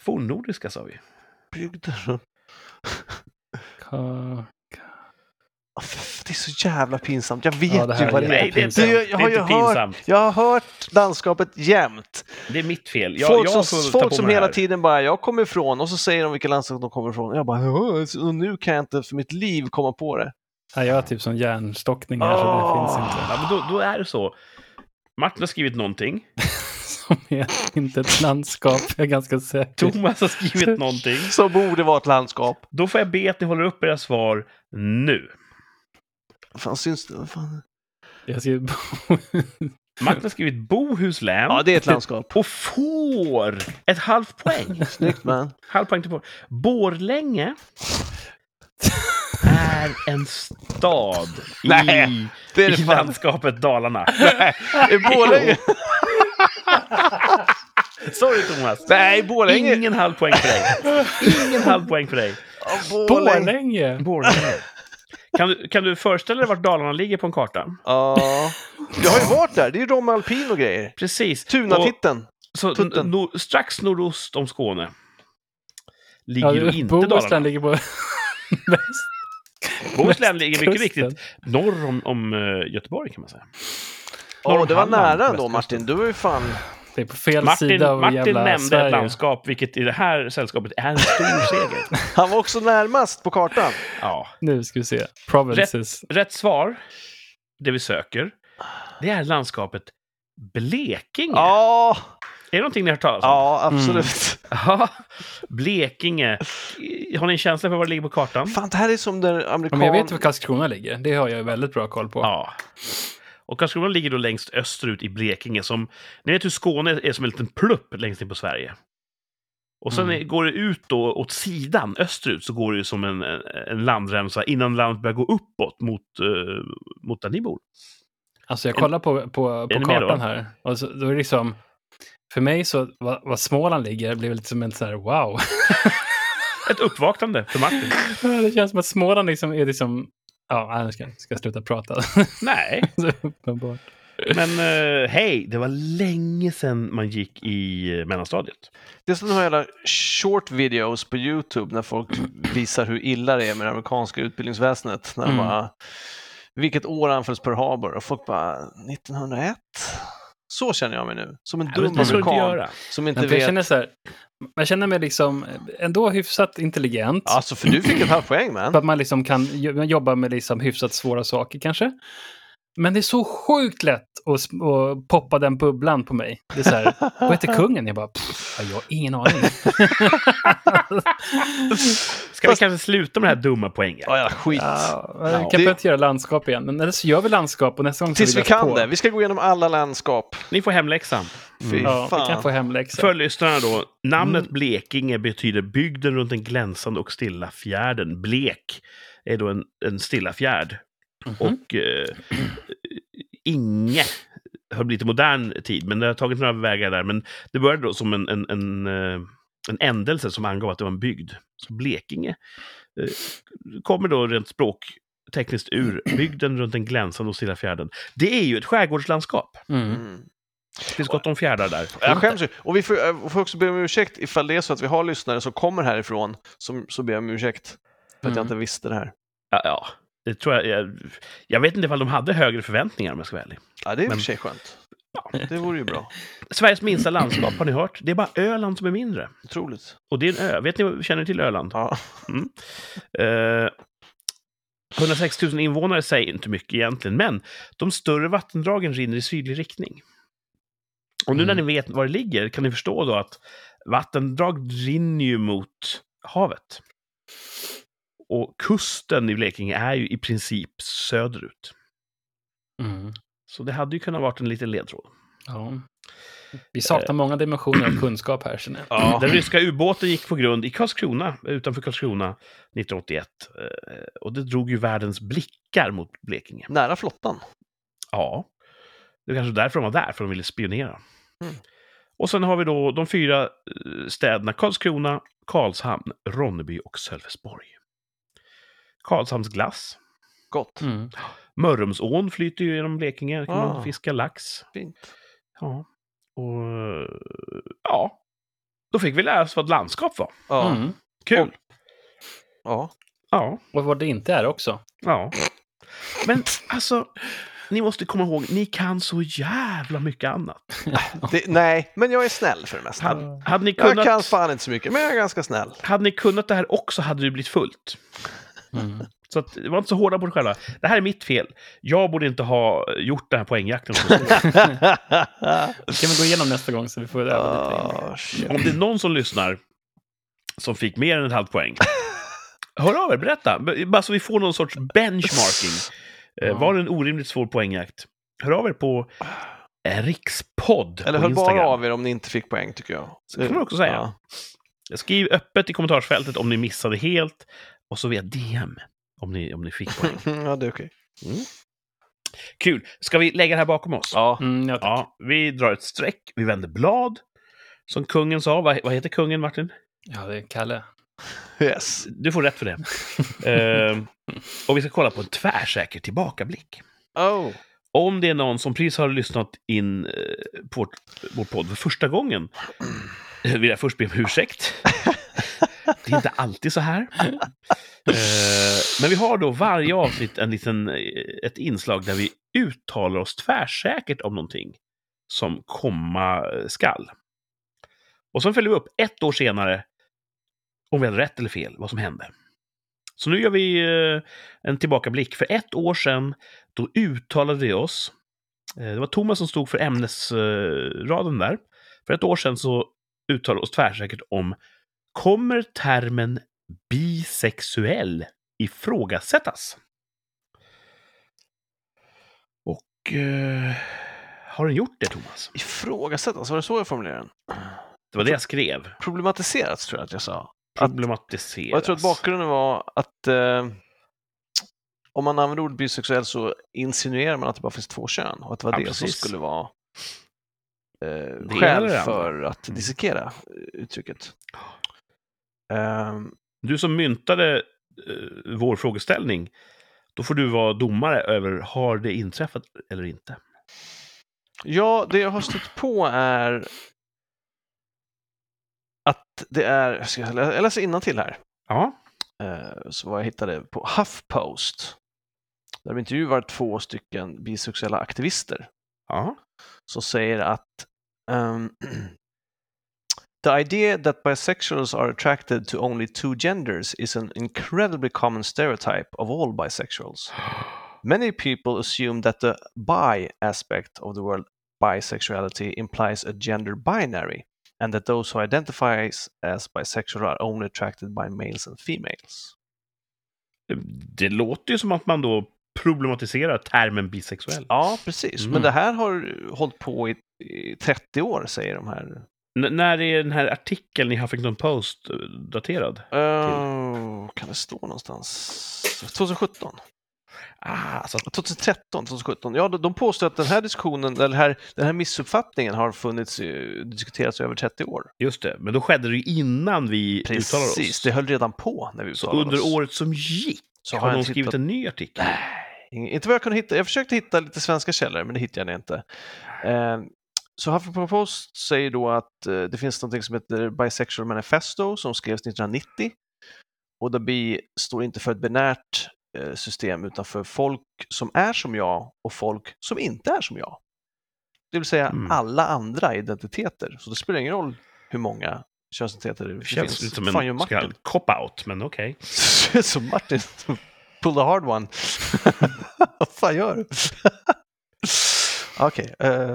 fornnordiska sa vi. Bygder. Det är så jävla pinsamt. Jag vet Ja, det här ju vad är det är. jättepinsamt. Jag har Det är ju inte pinsamt. jag har hört landskapet jämt. Det är mitt fel. Folk jag får ta folk på som mig det hela här. tiden bara, jag kommer ifrån, och så säger de vilket landskap de kommer ifrån. Jag bara, och nu kan jag inte för mitt liv komma på det. Ja, jag har typ sån hjärnstockning här så det finns inte. Ja, men då är det så. Martin har skrivit någonting. Som är inte ett landskap, jag är ganska säker. Thomas har skrivit någonting. Så borde vara ett landskap. Då får jag be att ni håller upp era svar nu. Fan, syns det? Fan. Jag ser... Martin har skrivit Bohuslän. Ja, det är ett landskap. Och får ett halvt poäng. Snyggt, man. Halv poäng till på. Borlänge är en stad Nej, det är det i fan. landskapet Dalarna. Är Borlänge? Sorry Thomas. Nej, Borlänge. Ingen halv poäng för dig. Ingen halv poäng för dig. Borlänge! Borlänge. Kan du föreställa dig vart Dalarna ligger på en karta? Ja. Jag har ju varit där. Det är ju Romme Alpin och grejer. Precis. Tunatitten. Så strax nordost om Skåne ligger Ja, ju inte Bohuslän Dalarna. ligger på väst. Bohuslän ligger mycket Västkusten. riktigt norr om Göteborg kan man säga. Ja, det var Halland, nära ändå, västkusten. Martin. Du var ju fan... Det är på fel sida av Martin jävla nämnde Sverige. ett landskap, vilket i det här sällskapet är en stor seger. Han var också närmast på kartan. Ja. Nu ska vi se. Provinces. Rätt svar, det vi söker, det är landskapet Blekinge. Ja, Är det någonting ni har hört talas om? ja, absolut. Ja, Blekinge. Har ni en känsla för var det ligger på kartan? Fan, det här är som den Ja, amerikan... men jag vet var Karlskrona ligger. Det har jag väldigt bra koll på. Ja. Och Karlskrona ligger då längst österut i Blekinge. Ni vet hur Skåne är som en liten plupp längst in på Sverige. Och sen går det ut då åt sidan, österut, så går det ju som en landremsa innan landet börjar gå uppåt mot där ni bor. Alltså jag kollar på Är ni med då? kartan här. Och så, då är det liksom... För mig så, vad Småland ligger, blir lite som en sån här wow. Ett uppvaknande för Martin. Det känns som att Småland liksom är liksom... Ja, nu ska jag sluta prata. Nej, Så uppenbart. men hej, det var länge sedan man gick i mellanstadiet. Det är som de här jävla short videos på YouTube när folk visar hur illa det är med det amerikanska utbildningsväsendet. När de bara, vilket år anfölls Pearl Harbor? Och folk bara, 1901? Så känner jag mig nu. Som en dum Det ska du inte amerikan göra. som inte Jag vet. känner så här, man känner mig liksom ändå hyfsat intelligent. Alltså, för du fick ett halvt poäng, man. För att man liksom kan jobba med liksom hyfsat svåra saker kanske. Men det är så sjukt lätt att poppa den bubblan på mig. Det är så här, vad heter kungen? Jag bara, jag har ingen aning. Ska vi kanske sluta med det här dumma poängen? Ja, skit. Ja, vi kan inte göra landskap igen. Men eller så gör vi landskap och nästa gång så Tills vi läser kan på. det. Vi ska gå igenom alla landskap. Ni får hemläxan. Fy Ja, fan. vi kan få hemläxa. För lyssnarna då, namnet Blekinge betyder bygden runt en glänsande och stilla fjärden. Blek är då en stilla fjärd. Och Inge har blivit i modern tid, men det har tagit några vägar där. Men det började då som en ändelse som angav att det var en bygd. Så Blekinge kommer då rent språktekniskt ur bygden runt en glänsande och stilla fjärden. Det är ju ett skärgårdslandskap. Det finns gott om fjärdar där. Jag skäms ju. Och vi får också be om ursäkt ifall det är så att vi har lyssnare som kommer härifrån, så ber jag om ursäkt för att jag inte visste det här. Ja, det tror jag vet inte ifall de hade högre förväntningar om jag ska vara ärlig. Ja, det är i och för sig skönt. Det vore ju bra. Sveriges minsta landskap, har ni hört? Det är bara Öland som är mindre. Otroligt. Och det är en ö. Vet ni, känner ni till Öland? Ja. 106 000 invånare säger inte mycket egentligen, men de större vattendragen rinner i sydlig riktning. Och nu när ni vet var det ligger kan ni förstå då att vattendrag rinner ju mot havet. Och kusten i Blekinge är ju i princip söderut. Så det hade ju kunnat varit en liten ledtråd. Ja. Vi saknar många dimensioner av kunskap här, känner jag. Ja. Den ryska ubåten gick på grund i Karlskrona, utanför Karlskrona 1981. Och det drog ju världens blickar mot Blekinge. Nära flottan. Ja. Det är kanske därför de var där, för de ville spionera. Och sen har vi då de 4 städerna Karlskrona, Karlshamn, Ronneby och Sölvesborg. Karlshamns glass. Gott. Mörrumsån flyter ju genom Blekinge. Där kan man fiska lax. Fint. Ja. Och ja. Då fick vi lära oss vad ett landskap var. Ja. Kul. Ja. Ja. Och vad det inte är också. Ja. Men alltså, ni måste komma ihåg, ni kan så jävla mycket annat. Nej, men jag är snäll för det mesta. Hade ni kunnat, Jag kan fan inte så mycket, men jag är ganska snäll. hade ni kunnat det här också hade det blivit fullt. Så att, det var inte så hårda på det själva. Det här är mitt fel. Jag borde inte ha gjort den här poängjakten. Det kan vi gå igenom nästa gång så vi får öva lite. Om det är någon som lyssnar som fick mer än ett halvt poäng, hör av er, berätta. Bara så vi får någon sorts benchmarking. Var det en orimligt svår poängjakt? Hör av er på Rikspodd Eller på hör Instagram. bara av er om ni inte fick poäng, tycker jag. Det kan man också säga. Ja. Skriv öppet i kommentarsfältet om ni missade helt. Och så via DM om ni fick poäng. Ja, det är okej. Kul. Ska vi lägga det här bakom oss? Ja. Ja, vi drar ett streck. Vi vänder blad. Som kungen sa. Vad heter kungen, Martin? Ja, det är Kalle. Yes. Du får rätt för det. Och vi ska kolla på en tvärsäker tillbakablick. Oh. Om det är någon som precis har lyssnat in på vår podd för första gången vill jag först be om ursäkt. Det är inte alltid så här. Men vi har då varje avsnitt ett inslag där vi uttalar oss tvärsäkert om någonting som komma skall. Och sen följer vi upp 1 år senare om vi hade rätt eller fel, vad som hände. Så nu gör vi en tillbakablick. För 1 år sedan, då uttalade vi oss. Det var Thomas som stod för ämnesraden där. För 1 år sedan så uttalade vi oss tvärsäkert om: kommer termen bisexuell ifrågasättas? Och har den gjort det, Thomas? Ifrågasättas, var det så jag formulerade den? Det var det jag skrev. Problematiserats, tror jag att jag sa. Problematiseras. Och jag tror att bakgrunden var att om man använder ordet bisexuell så insinuerar man att det bara finns 2 kön. Och att det var det som skulle vara skäl för att dissekera uttrycket. Du som myntade vår frågeställning, då får du vara domare över har det inträffat eller inte. Ja, det jag har stött på är att det är, jag läser innantill här. Ja. Så vad jag hittade på HuffPost. Där de intervjuar 2 stycken bisexuella aktivister. Ja. Så säger att the idea that bisexuals are attracted to only 2 genders is an incredibly common stereotype of all bisexuals. Many people assume that the bi aspect of the word bisexuality implies a gender binary, and that those who identify as bisexual are only attracted by males and females. Det låter ju som att man då problematiserar termen bisexuell. Ja, precis. Men det här har hållit på i 30 år, säger de här. När är den här artikeln i Huffington Post daterad? Kan det stå någonstans? 2017. Alltså 2013, 2017. Ja, de påstår att den här diskussionen, den här missuppfattningen har diskuterats i över 30 år. Just det, men då skedde det ju innan vi uttalade oss. Precis, det höll redan på när vi uttalade oss. Så under oss. året som gick så har de skrivit en ny artikel? Nej, inte vad jag kunde hitta. Jag försökte hitta lite svenska källor, men det hittade jag inte. Så Huffington Post säger då att det finns något som heter Bisexual Manifesto som skrevs 1990. Och där bi står inte för ett binärt system utan för folk som är som jag och folk som inte är som jag. Det vill säga alla andra identiteter. Så det spelar ingen roll hur många könsidentiteter det finns. Det känns lite som en så kallad cop-out, men okej. Så Martin, pull the hard one. Vad fan gör du? Okej.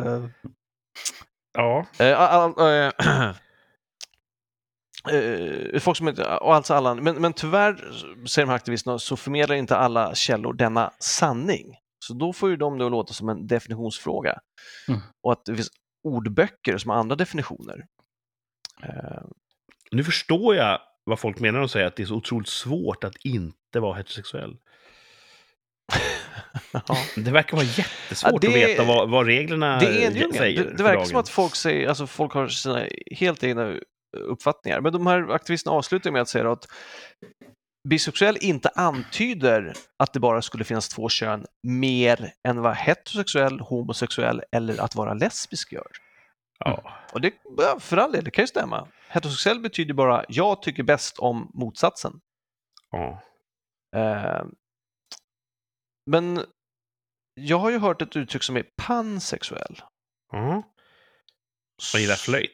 Ja. Folk som inte, och alltså alla, men tyvärr, säger de här aktivisterna, så förmedlar inte alla källor denna sanning. Så då får ju de då låta som en definitionsfråga. Och att det finns ordböcker som har andra definitioner. Nu förstår jag vad folk menar och säger att det är så otroligt svårt att inte vara heterosexuell. Ja. Det verkar vara jättesvårt att veta vad reglerna säger. Det verkar som att folk säger, alltså folk har sina helt egna uppfattningar. Men de här aktivisterna avslutar med att säga att bisexuell inte antyder att det bara skulle finnas 2 kön mer än vad heterosexuell, homosexuell eller att vara lesbisk gör. Ja. Och det, för all del, det kan ju stämma. Heterosexuell betyder bara jag tycker bäst om motsatsen. Ja. Men jag har ju hört ett uttryck som är pansexuell. Ja. Man gillar flöjt.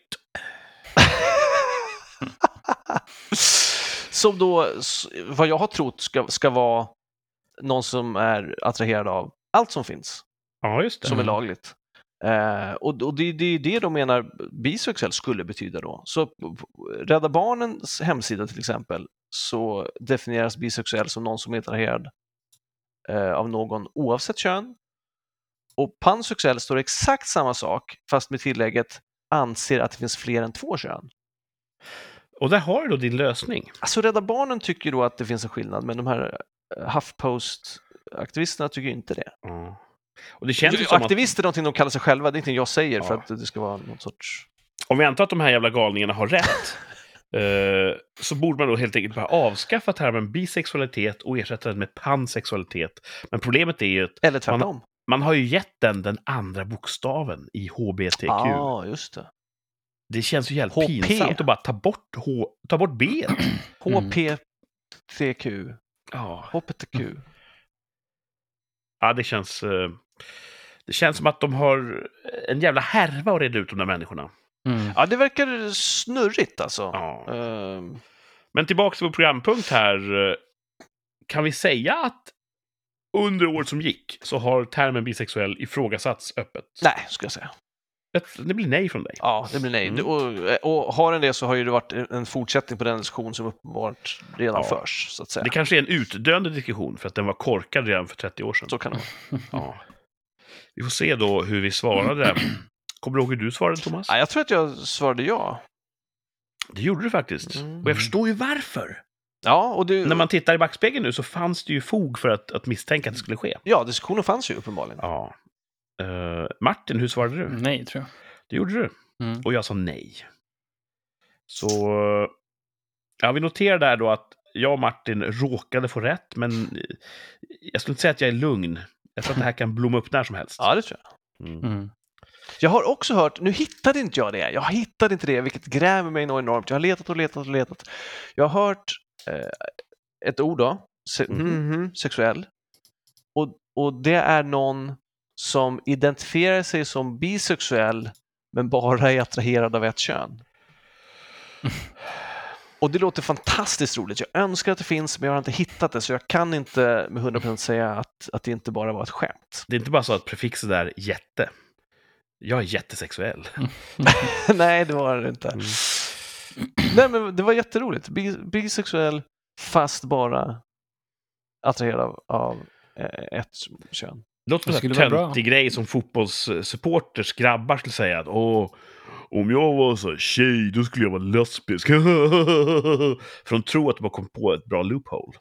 Som då, vad jag har trott ska vara någon som är attraherad av allt som finns, Ja, just det. som är lagligt. Och det är det de menar bisexuell skulle betyda då. Så på Rädda Barnens hemsida till exempel så definieras bisexuell som någon som är attraherad av någon oavsett kön. Och pansexuell står exakt samma sak, fast med tillägget anser att det finns fler än 2 kön. Och där har du då din lösning. Alltså Rädda Barnen tycker då att det finns en skillnad, men de här HuffPost-aktivisterna tycker inte det. Ja. Och det känns ju som aktivister är någonting de kallar sig själva, det är ingenting jag säger för att det ska vara någon sorts... Om vi antar att de här jävla galningarna har rätt så borde man då helt enkelt bara avskaffa termen bisexualitet och ersätta den med pansexualitet. Men problemet är ju att eller tvärtom. Man har ju gett den andra bokstaven i HBTQ. Ja, just det. Det känns ju helt pinsamt att bara ta bort B. HPTQ. Ja. HPTQ. Ja, det känns som att de har en jävla härva att reda ut de där människorna. Ja, det verkar snurrigt alltså. Ja. Men tillbaka till vår programpunkt här. Kan vi säga att under året som gick så har termen bisexuell ifrågasatts öppet? Nej, ska jag säga. Det blir nej från dig. Ja, det blir nej. Och har den det så har ju det varit en fortsättning på den diskussion som uppenbart redan förs, så att säga. Det kanske är en utdöende diskussion för att den var korkad redan för 30 år sedan. Så kan det vara. Ja. Vi får se då hur vi svarade. Kommer du ihåg hur du svarade, Thomas? Ja, jag tror att jag svarade ja. Det gjorde du faktiskt. Och jag förstår ju varför. Ja, och när man tittar i backspegeln nu så fanns det ju fog för att misstänka att det skulle ske. Ja, diskussionen fanns ju uppenbarligen. Ja. Martin, hur svarade du? Nej, tror jag. Det gjorde du. Och jag sa nej. Så ja, vi noterar där då att jag och Martin råkade få rätt, men jag skulle inte säga att jag är lugn. Jag tror att det här kan blomma upp när som helst. Ja, det tror jag. Jag har också hört, nu hittade inte jag det. Jag hittade inte det, vilket grämer mig enormt. Jag har letat. Jag har hört ett ord då, sexuell. Och det är någon som identifierar sig som bisexuell men bara är attraherad av ett kön. Och det låter fantastiskt roligt. Jag önskar att det finns, men jag har inte hittat det, så jag kan inte med 100% säga att det inte bara var ett skämt. Det är inte bara så att prefixet är jätte. Jag är jättesexuell. Nej, det var det inte. Nej, men det var jätteroligt. Bisexuell, fast bara attraherad av ett kön. Det låter som en töntig grej som fotbollssupporters grabbar skulle säga att om jag var så tjej, då skulle jag vara lesbisk. För de tror att de har kommit på ett bra loophole.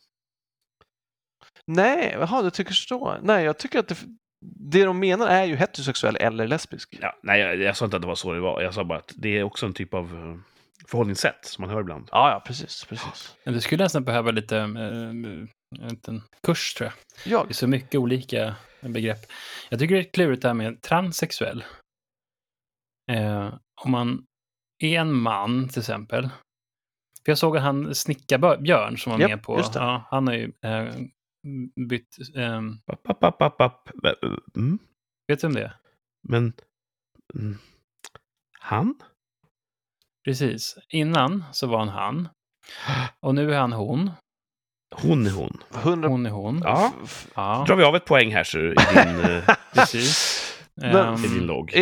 Nej, jaha, du tycker så. Nej, jag tycker att det de menar är ju heterosexuell eller lesbisk. Ja, nej, jag sa inte att det var så det var. Jag sa bara att det är också en typ av förhållningssätt som man hör ibland. Ja, precis. Du skulle nästan behöva lite en kurs, tror jag. Ja. Det är så mycket olika begrepp. Jag tycker det är klurigt det här med transsexuell. Om man är en man, till exempel. För jag såg att han Snickarbjörn som var med på. Ja, han har ju bytt... Vet du om det är? Men... han? Precis. Innan så var han. Och nu är han hon. Hon är hon. Hon är hon. Ja. Då drar vi av ett poäng här så i din... Precis. I din logg.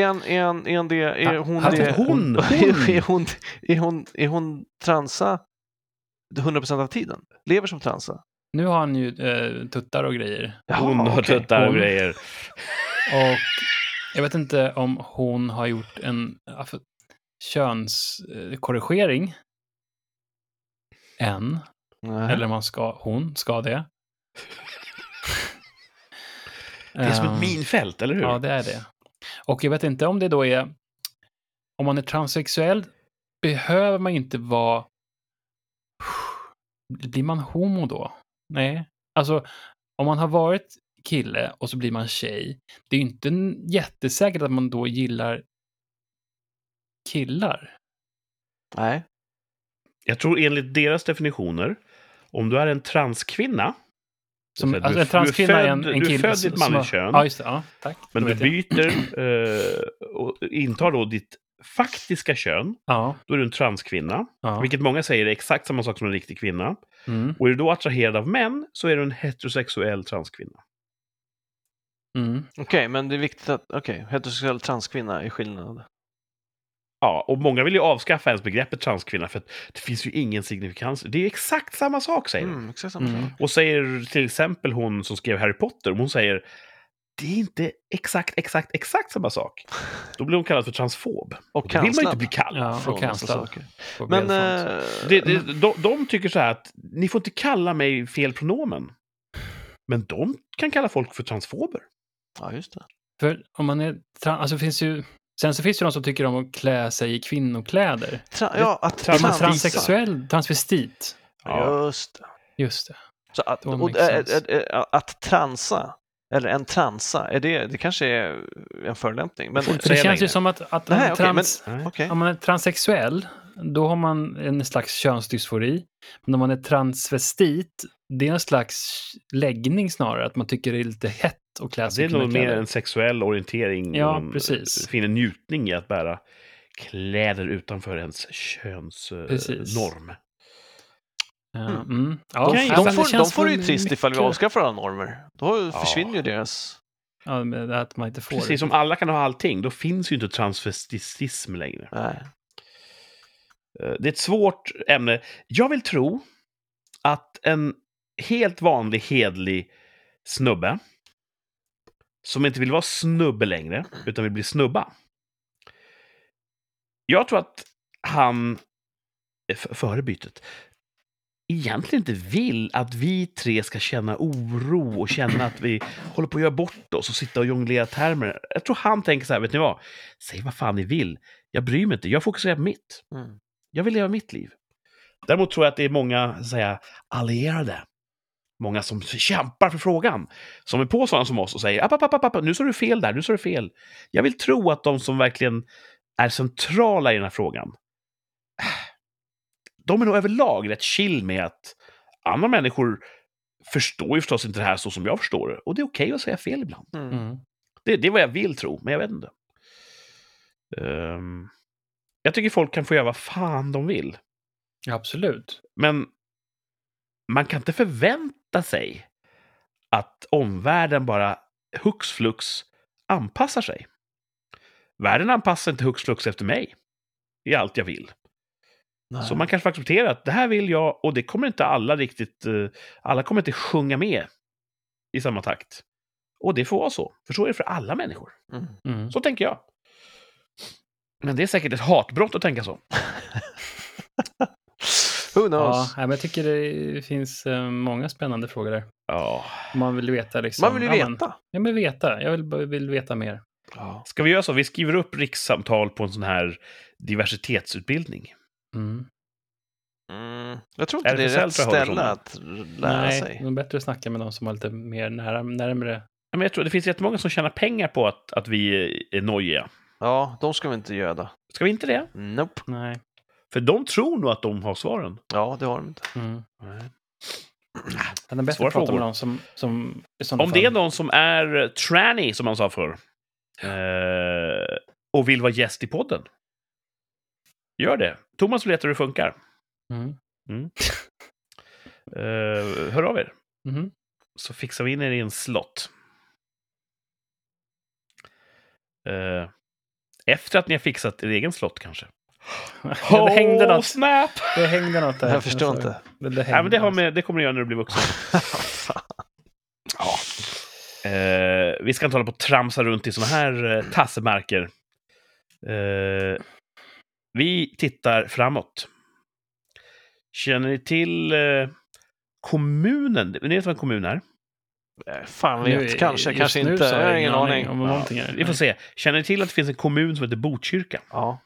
Är hon transa 100% av tiden? Lever som transa? Nu har han ju tuttar och grejer. Hon har tuttar och grejer. Och jag vet inte om hon har gjort en könskorrigering än. Nej. Eller om hon ska det. Det är som ett minfält, eller hur? Ja, det är det. Och jag vet inte om det då är... Om man är transsexuell behöver man inte vara... Blir man homo då? Nej. Alltså, om man har varit kille och så blir man tjej, det är ju inte jättesäkert att man då gillar killar. Nej. Jag tror enligt deras definitioner, om du är en transkvinna Som, Så alltså, en transkvinna är en du är kille. född i ett manligt kön. Ja, just det. Ja, tack. Men Då du vet jag. byter och intar då ditt faktiska kön. Ja, Då är du en transkvinna. ja. Vilket många säger är exakt samma sak som en riktig kvinna. Mm, Och är du då attraherad av män så är du en heterosexuell transkvinna. mm. Okej, men det är viktigt att... Okej, heterosexuell transkvinna är skillnad. Ja, och många vill ju avskaffa ens begreppet transkvinna för att det finns ju ingen signifikans. Det är ju exakt samma sak, säger de. Exakt samma sak. Och säger till exempel hon som skrev Harry Potter, hon säger det är inte exakt samma sak. Då blir hon kallad för transfob. Och Då vill man ju inte kanslad. bli kallad. Ja, Från och massa kanslad. saker. På Men... bred front. De tycker så här att ni får inte kalla mig fel pronomen. Men de kan kalla folk för transfober. ja, just det. För om man är... Alltså finns ju... Sen så finns det de som tycker om att klä sig i kvinnokläder. Att Är man Trans- transsexuell, transvestit? Ja. Just det. Just det. Så att, Då och, makes sense. att transa, eller en transa, är det kanske är en förolämpning. Men, Får inte För det säga känns ju längre. som att Nej, en okej, trans... Nej. okej. Om man är transsexuell, då har man en slags könsdysfori. Men om man är transvestit, det är en slags läggning snarare. Att man tycker det är lite hett att klä Det sig är i nog mer kvinnokläder. en sexuell orientering. Ja, och man precis. finner njutning i att bära kläder utanför ens Precis. könsnorm. Ja, kan ju- ja, men De känns får det ju väl trist ifall vi mycket- avskaffar alla normer. Då försvinner ju deras... Ja, men att man inte får Precis som alla kan ha allting, då finns ju inte transvestism längre. Nej. Det är ett svårt ämne. Jag vill tro att en helt vanlig, hedlig snubbe som inte vill vara snubbe längre, utan vill bli snubba. Jag tror att han, före bytet, egentligen inte vill att vi tre ska känna oro och känna att vi håller på att göra bort oss och sitta och jonglera termer. Jag tror han tänker så här, vet ni vad? Säg vad fan ni vill. Jag bryr mig inte. Jag fokuserar på mitt. Mm. Jag vill leva mitt liv. Däremot tror jag att det är många, så att säga, allierade. Många som kämpar för frågan. Som är på sådana som oss och säger app, nu står du fel där, nu står du fel. Jag vill tro att de som verkligen är centrala i den här frågan, de är nog överlag rätt chill med att andra människor förstår ju förstås inte det här så som jag förstår det. Och det är okej att säga fel ibland. Det är vad jag vill tro, men jag vet inte. Jag tycker folk kan få göra vad fan de vill. Ja, absolut. Men man kan inte förvänta sig att omvärlden bara hux flux anpassar sig. Världen anpassar inte hux flux efter mig i allt jag vill. Nej. Så man kanske får acceptera att det här vill jag och det kommer inte alla riktigt... alla kommer inte sjunga med i samma takt. Och det får vara så. För så är det för alla människor. Så tänker jag. Men det är säkert ett hatbrott att tänka så. Who knows? Ja, men jag tycker det finns många spännande frågor där. Ja. Man vill veta liksom. Man vill ju Ja, veta. Ja, men veta. Jag vill veta mer. Ja. Ska vi göra så? Vi skriver upp rikssamtal på en sån här diversitetsutbildning. Jag tror inte det är RFSL rätt tror jag håller ställe sådana. att lära Nej, sig. det är bättre att snacka med någon som har lite mer närmare. Men jag tror det finns jättemånga som tjänar pengar på att vi är nojiga. Ja, de ska vi inte göda. Ska vi inte det? Nope. Nej. För de tror nog att de har svaren. Ja, det har de inte. Nej. Det är bättre Svåra att prata frågor. med någon som i sådana Om det är någon som är tranny, som man sa förr, och vill vara gäst i podden, gör det. Thomas vill veta hur det funkar. Hör av er. Så fixar vi in er i en slott. Efter att ni har fixat er egen slott kanske. Det hängde något. Snap! Det hängde något där. Jag förstår inte. Nej, men det kommer du göra när du blir vuxen. Ja. Vi ska inte hålla på och tramsa runt i såna här tassemarker. Vi tittar framåt. Känner ni till kommunen? Ni vet vad en kommun är? Fan Nu, vet, kanske just nu inte. så har Jag har ingen aning. om någonting är. Vi får se. Känner ni till att det finns en kommun som heter Botkyrka? Ja.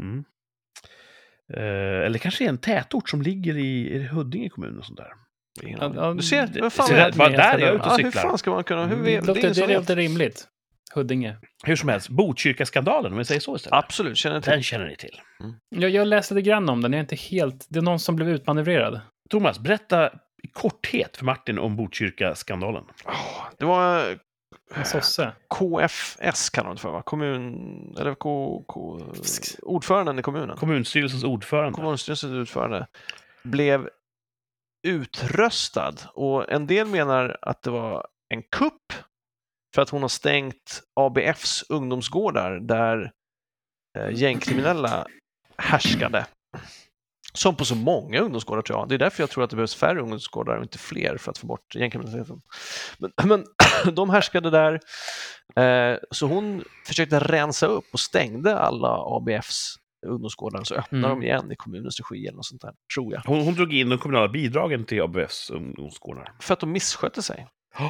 Eller kanske en tätort som ligger i Huddinge kommun och sånt där. Ingen Ja, aning. ja, Du ser, det- vem fan så vet? det- bara där är jag ute och Ja, hur cyklar. fan ska man kunna... Hur Det vet, det är ingen som låter vet. rimligt. Huddinge. Hur som helst, Botkyrkaskandalen, om vi säger så istället. Absolut, känner till. Den känner ni till. Jag läste lite grann om den. Jag är inte helt... Det är någon som blev utmanövrerad. Thomas, berätta i korthet för Martin om Botkyrka-skandalen? Det var En sosse. KFS kallar de det för, va? Ordföranden i kommunen. Kommunstyrelsens ordförande. Kommunstyrelsens ordförande blev utröstad, och en del menar att det var en kupp för att hon har stängt ABFs ungdomsgårdar där gängkriminella härskade. Som på så många ungdomsgårdar, tror jag. Det är därför jag tror att det behövs färre ungdomsgårdar och inte fler för att få bort gängkriminaliteten. Men de härskade där, så hon försökte rensa upp och stängde alla ABFs ungdomsgårdar, så öppnade de igen i kommunens regi eller något sånt där, tror jag. Hon drog in de kommunala bidragen till ABFs ungdomsgårdar. För att de misskötte sig.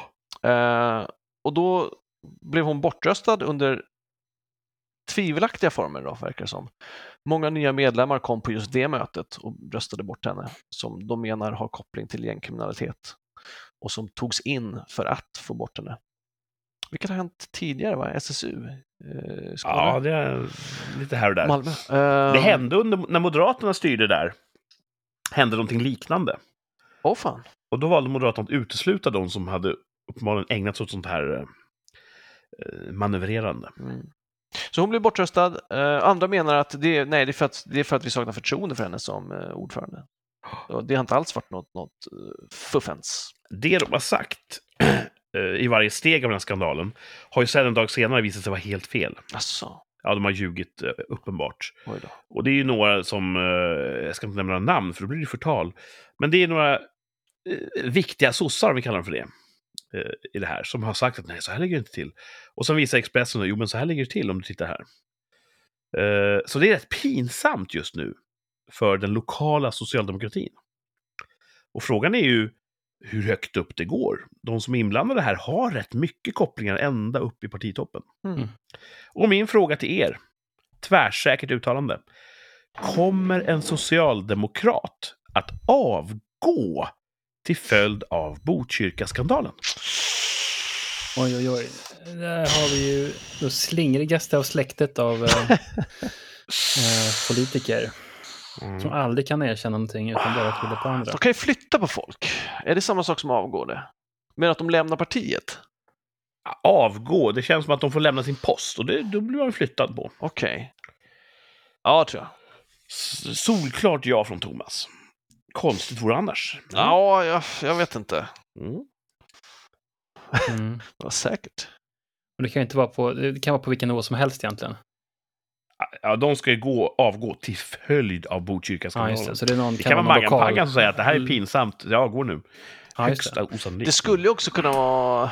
Och då blev hon bortröstad under tvivelaktiga former då, verkar det som. Många nya medlemmar kom på just det mötet och röstade bort henne, som de menar har koppling till gängkriminalitet och som togs in för att få bort henne. Vilket har hänt tidigare, va? SSU? Ja, det är lite här och där. Malmö. Det hände när Moderaterna styrde där. Hände någonting liknande. Fan. Och då valde Moderaterna att utesluta de som hade uppenbarligen ägnat sig åt sånt här manövrerande. Så hon blev bortröstad. Andra menar att det är för att vi saknar förtroende för henne som ordförande. Och det har inte alls varit något fuffens. Det de har sagt i varje steg av den här skandalen har ju sedan en dag senare visat sig vara helt fel. Asså. Ja, de har ljugit uppenbart. Och det är ju några som, jag ska inte nämna några namn för då blir det förtal. Men det är några viktiga sossar, om vi kallar dem för det, i det här, som har sagt att nej, så här ligger det inte till. Och så visar Expressen att jo, men så här ligger det till om du tittar här. Så det är rätt pinsamt just nu för den lokala socialdemokratin. Och frågan är ju hur högt upp det går. De som är inblandade här har rätt mycket kopplingar ända upp i partitoppen. Och min fråga till er, tvärsäkert uttalande. Kommer en socialdemokrat att avgå till följd av Botkyrka-skandalen? Oj. Där har vi ju det slingrigaste av släktet av politiker. Som aldrig kan erkänna någonting utan bara skylla på andra. De kan ju flytta på folk. Är det samma sak som avgå det? Men att de lämnar partiet? Avgå, det känns som att de får lämna sin post. Och då blir man flyttad på. Okej. Ja, tror jag. Solklart ja från Thomas. Konstigt vore annars. Ja, jag vet inte. Det var säkert. Och det kan inte vara det kan vara på vilken nivå som helst egentligen. Ja, de ska ju avgå till följd av Botkyrka-skandalen. Ja, just det. Så det är någon, det kan vara Maggan-Paggan som säger att det här är pinsamt. Jag går nu. Ja, högst osannolikt. Det skulle ju också kunna vara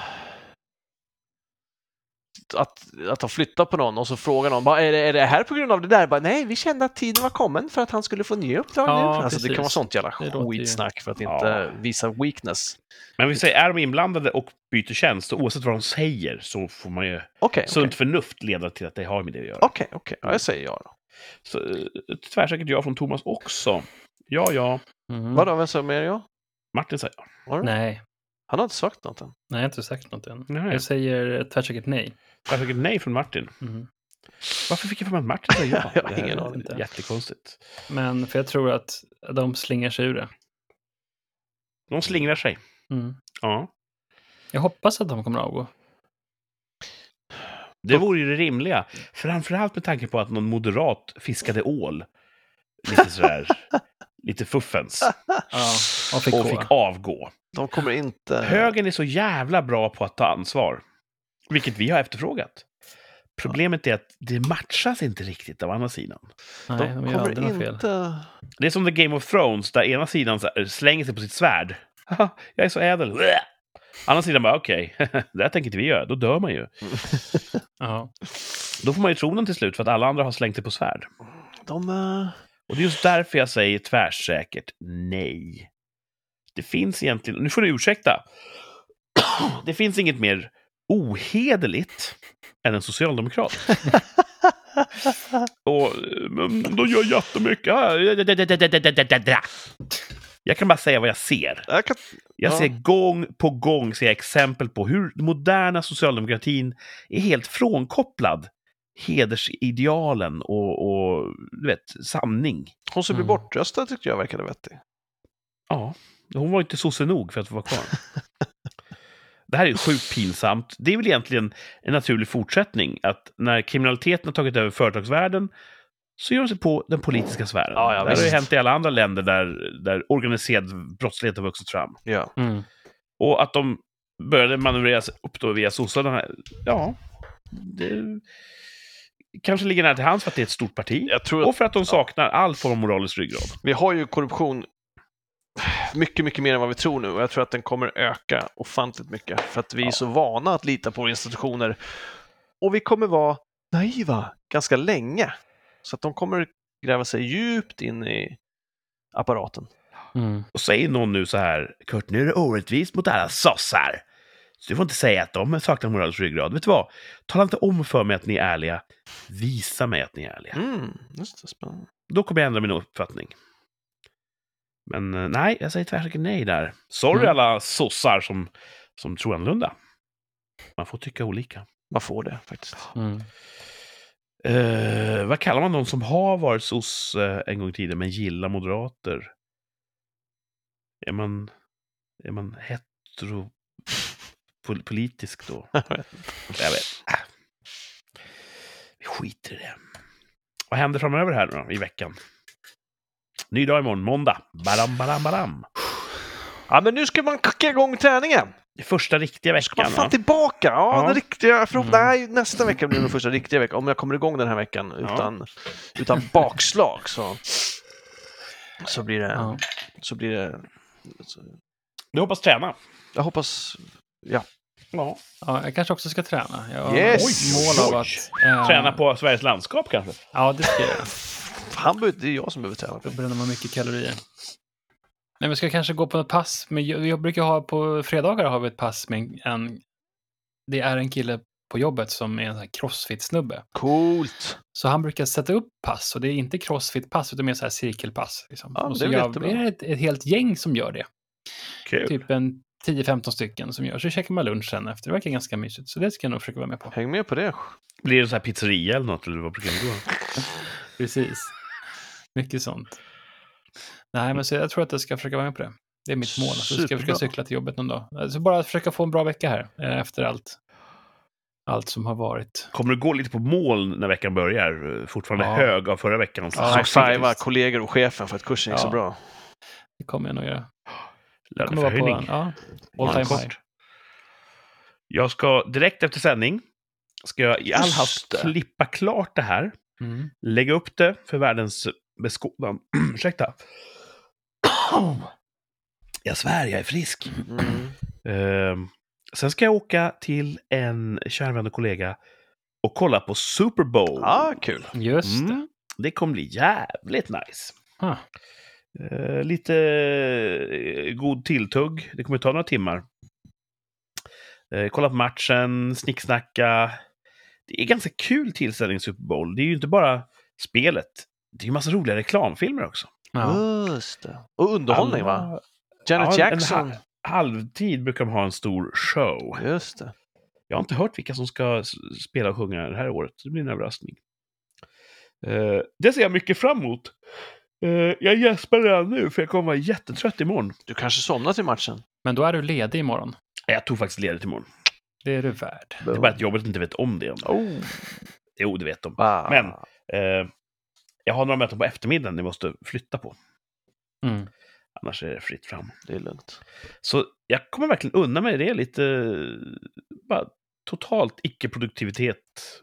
att ha flyttat på någon och så frågar någon, är det här på grund av det där? Bara, nej, vi kände att tiden var kommen för att han skulle få nya uppdrag nu. Alltså, det kan vara sånt jävla skitsnack för att inte visa weakness. Men vi säger, är de inblandade och byter tjänst, och oavsett vad de säger så får man ju sunt förnuft leda till att det har med det att göra. Okej. Ja, jag säger ja då. Så tvärsäkert ja från Thomas också. Ja. Vadå, vem säger mer ja? Martin säger ja. Nej. Han har inte sagt något än. Nej, jag har inte sagt något än. Nej. Jag säger tvärsäkert nej. Tvärsäkert nej från Martin. Varför fick jag för mig att Martin säger ja? Jag har ingen aning. Jättekonstigt. Men för jag tror att de slingar sig ur det. De slingrar sig. Ja. Jag hoppas att de kommer att avgå. Det vore ju det rimliga. Framförallt med tanke på att någon moderat fiskade ål. Lite sådär. Lite fuffens. Och fick avgå. De kommer inte... Högern är så jävla bra på att ta ansvar. Vilket vi har efterfrågat. Problemet är att det matchas inte riktigt av andra sidan. Nej, de gör aldrig något fel. Det är som The Game of Thrones, där ena sidan slänger sig på sitt svärd. Jag är så ädel. Andra sidan bara, okej, det här tänker inte vi göra. Då dör man ju. Då får man ju tronen till slut för att alla andra har slängt sig på svärd. Och det är just därför jag säger tvärsäkert nej. Det finns egentligen, nu får du ursäkta. Det finns inget mer ohederligt än en socialdemokrat. Och då gör jättemycket. Jag kan bara säga vad jag ser. Jag ser gång på gång exempel på hur moderna socialdemokratin är helt frånkopplad hedersidealen och du vet, sanning. Hon som blir bortröstad tyckte jag verkade vettig. Ja, Hon var inte sosse nog för att få vara kvar. Det här är ju sjukt pinsamt. Det är väl egentligen en naturlig fortsättning att när kriminaliteten har tagit över företagsvärlden så gör de sig på den politiska sfären. Ja, det har ju hänt i alla andra länder där organiserad brottslighet har vuxit fram. Ja. Och att de började manövreras upp då via sossarna, ja, det kanske ligger nära till hands för att det är ett stort parti. Och för att de saknar all form av moralisk ryggrad. Vi har ju korruption mycket, mycket mer än vad vi tror nu. Och jag tror att den kommer öka ofantligt mycket. För att vi är så vana att lita på institutioner. Och vi kommer vara naiva ganska länge. Så att de kommer gräva sig djupt in i apparaten. Och säger någon nu så här: Kurt, nu är det orättvist mot alla sossar. Så du får inte säga att de saknar moralisk ryggrad. Vet du vad? Tala inte om för mig att ni är ärliga. Visa mig att ni är ärliga. Just det, spännande. Då kommer jag ändra min uppfattning. Men nej, jag säger tvärsäkert nej där. Sorry alla sossar som tror annorlunda. Man får tycka olika. Man får det faktiskt. Vad kallar man de som har varit soss en gång i tiden men gillar moderater? Är man heteropolitisk då? Jag vet. Vi skiter i det. Vad händer framöver här då, i veckan? Ny dag imorgon, måndag. Badam. Ja, men nu ska man kicka igång träningen. Det första riktiga veckan. Ska man fan tillbaka? Ja, det riktiga. Nej, nästa vecka blir det första riktiga veckan. Om jag kommer igång den här veckan utan bakslag så blir det... Du hoppas träna? Jag hoppas... Ja, jag kanske också ska träna. Jag har mål av att... Träna på Sveriges landskap kanske? Ja, det ska jag göra. Det är jag som behöver träna. Då bränner man mycket kalorier. Nej, vi ska kanske gå på ett pass. Men jag brukar ha på fredagar har vi ett pass med det är en kille på jobbet som är en sån här crossfit-snubbe. Coolt! Så han brukar sätta upp pass. Och det är inte crossfit-pass utan mer så här cirkelpass. Liksom. Ja, och så det är ett helt gäng som gör det. Kul. Typ en 10-15 stycken som gör. Så käkar man lunch sen efter. Det verkar ganska mysigt. Så det ska jag nog försöka vara med på. Häng med på det. Blir det så här pizzeria eller något? Eller vad brukar det gå? Precis. Mycket sånt. Nej, men så jag tror att jag ska försöka vara med på det. Det är mitt mål. Så ska jag försöka cykla till jobbet någon dag. Så bara försöka få en bra vecka här. Efter allt som har varit. Kommer du gå lite på mål när veckan börjar? Fortfarande hög av förra veckan. High-fiva kollegor och chefen för att kursen gick så bra. Det kommer jag nog göra. Löneförhöjning. All time high. Jag ska direkt efter sändning ska jag i all hast klippa klart det här. Lägga upp det för världens beskådan. Ursäkta. Jag svär, jag är frisk. Sen ska jag åka till en kärvänlig kollega och kolla på Super Bowl. Kul. Just det. Det kommer bli jävligt nice. Lite god tilltugg. Det kommer ta några timmar. Kolla på matchen, snicksnacka. Det är ganska kul tillställning Super Bowl. Det är ju inte bara spelet. Det är ju massa roliga reklamfilmer också. Just det. Och underhållning, va? Janet Jackson. Halvtid brukar de ha en stor show. Just det. Jag har inte hört vilka som ska spela och sjunga det här året. Det blir en överraskning. Det ser jag mycket fram emot. Jag gäspar redan nu för jag kommer vara jättetrött imorgon. Du kanske somnar till matchen. Men då är du ledig imorgon. Jag tog faktiskt ledigt imorgon. Det är du värd. Det är bara att jobbet inte vet om det. Jo, det vet de. Men jag har några möten på eftermiddagen ni måste flytta på. Annars är det fritt fram. Det är lugnt. Så jag kommer verkligen unna mig det lite bara totalt icke-produktivitet,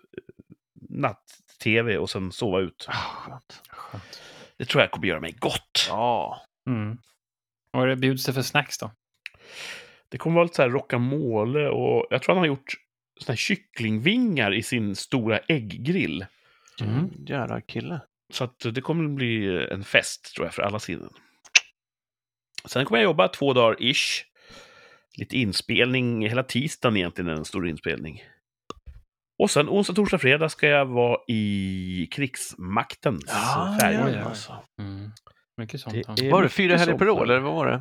natt-tv och sen sova ut. Skönt. Det tror jag kommer göra mig gott. Ja. Och det bjuds det för snacks då? Det kommer vara lite så här rockamole och jag tror han har gjort såna här kycklingvingar i sin stora ägggrill. Jävla kille. Så att det kommer bli en fest tror jag för alla sinnen. Sen kommer jag jobba 2 dagar ish. Lite inspelning, hela tisdagen egentligen en stor inspelning. Och sen onsdag, torsdag, fredag ska jag vara i krigsmaktens färger. Alltså. Mycket sånt. Var det 4 helger per år eller vad var det?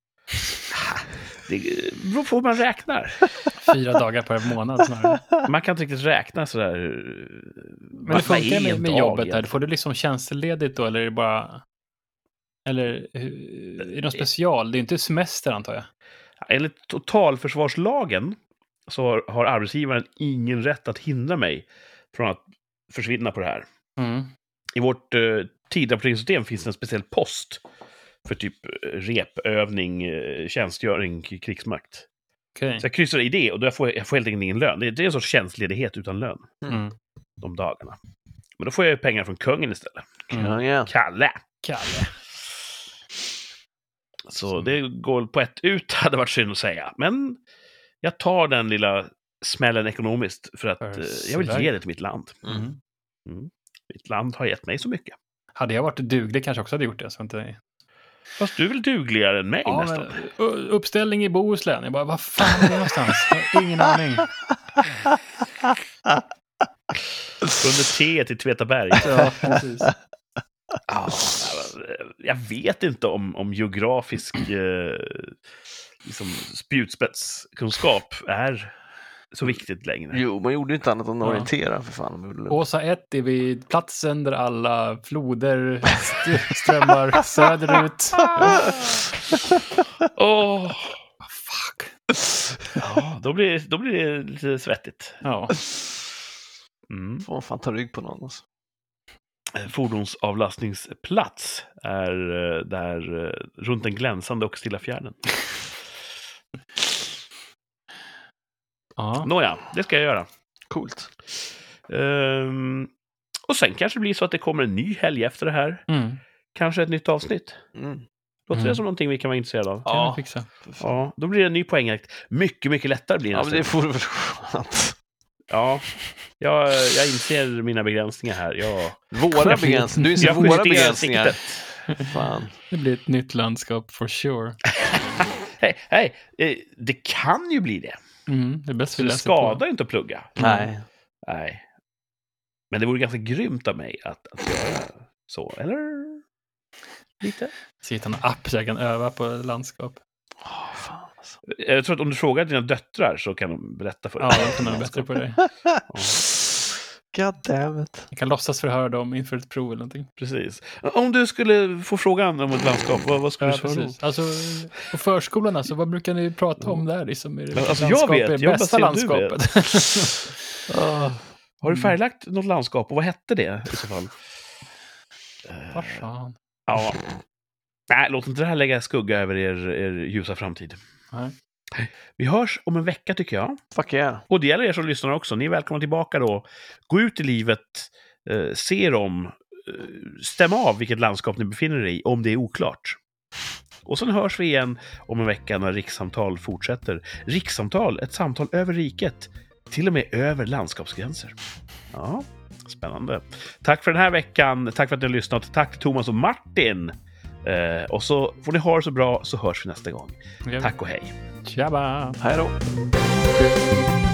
Det beror på hur man räknar. 4 dagar per månad snarare. Man kan inte riktigt räkna sådär. Men det funkar med jobbet där. Får du liksom tjänsteledigt då eller är det bara Eller är det något special? Det är inte semester, antar jag. Enligt totalförsvarslagen så har arbetsgivaren ingen rätt att hindra mig från att försvinna på det här. Mm. I vårt tidrapporteringssystem finns det en speciell post för typ repövning, tjänstgöring, krigsmakt. Okay. Så jag kryssar i det och då får jag helt enkelt ingen lön. Det är en sorts tjänstledighet utan lön de dagarna. Men då får jag ju pengar från kungen istället. Kalle. Så det går på ett ut, hade varit synd att säga. Men jag tar den lilla smällen ekonomiskt för att jag vill ge det till mitt land. Mitt land har gett mig så mycket. Hade jag varit duglig kanske också hade gjort det. Så inte... Fast du är väl dugligare än mig nästan. Men, uppställning i Bohuslän. Jag bara, vad fan är det någonstans? Jag har ingen aning. Under T till Tvetaberg. Ja, precis. Jag vet inte om geografisk liksom spjutspetskunskap är så viktigt längre. Jo, man gjorde inte annat än att orientera för fan. Åsa 1 är vid platsen där alla floder strömmar söderut. Fuck. Ja, då blir det lite svettigt. Ja. Får man fan ta rygg på någon alltså. Fordonsavlastningsplats är där runt den glänsande och stilla fjärden. Nåja, det ska jag göra. Coolt. Och sen kanske det blir så att det kommer en ny helg efter det här. Kanske ett nytt avsnitt. Låter det som någonting vi kan vara intresserade av? Ja, fixa. Ja, då blir det en ny poängakt. Mycket, mycket lättare blir det. Ja, men det får du väl skönt. Ja, jag inser mina begränsningar här. Våra begränsningar? Du inser våra begränsningar? Fan. Det blir ett nytt landskap for sure. Hej, det kan ju bli det. Det är bäst så det skadar ju inte att plugga. Nej. Men det vore ganska grymt av mig att göra så, eller? Lite. Sitta en app så jag kan öva på landskap. Fan alltså. Jag tror att om du frågar dina döttrar så kan de berätta för dig. Ja, de kan vara bättre på det. God damn it. Jag kan låtsas förhöra dem inför ett prov eller någonting. Precis. Om du skulle få frågan om ett landskap, vad skulle du svara då? Alltså, på förskolan, alltså, vad brukar ni prata om där? Liksom, är det alltså, jag vet, jag bästa landskapet. Har du färglagt något landskap och vad hette det i så fall? Vad fan? Ja. Nej, låt inte det här lägga skugga över er ljusa framtid. Nej. Vi hörs om en vecka tycker jag. Fuck yeah. Och det gäller er som lyssnar också. Ni är välkomna tillbaka då. Gå ut i livet, se dem, stäm av vilket landskap ni befinner er i om det är oklart. Och sen hörs vi igen om en vecka när Rikssamtal fortsätter. Rikssamtal, ett samtal över riket. Till och med över landskapsgränser. Ja, spännande. Tack för den här veckan. Tack för att ni har lyssnat. Tack Thomas och Martin. Och så får ni ha det så bra så hörs vi nästa gång. Tack och hej. Tjaba! Hej då!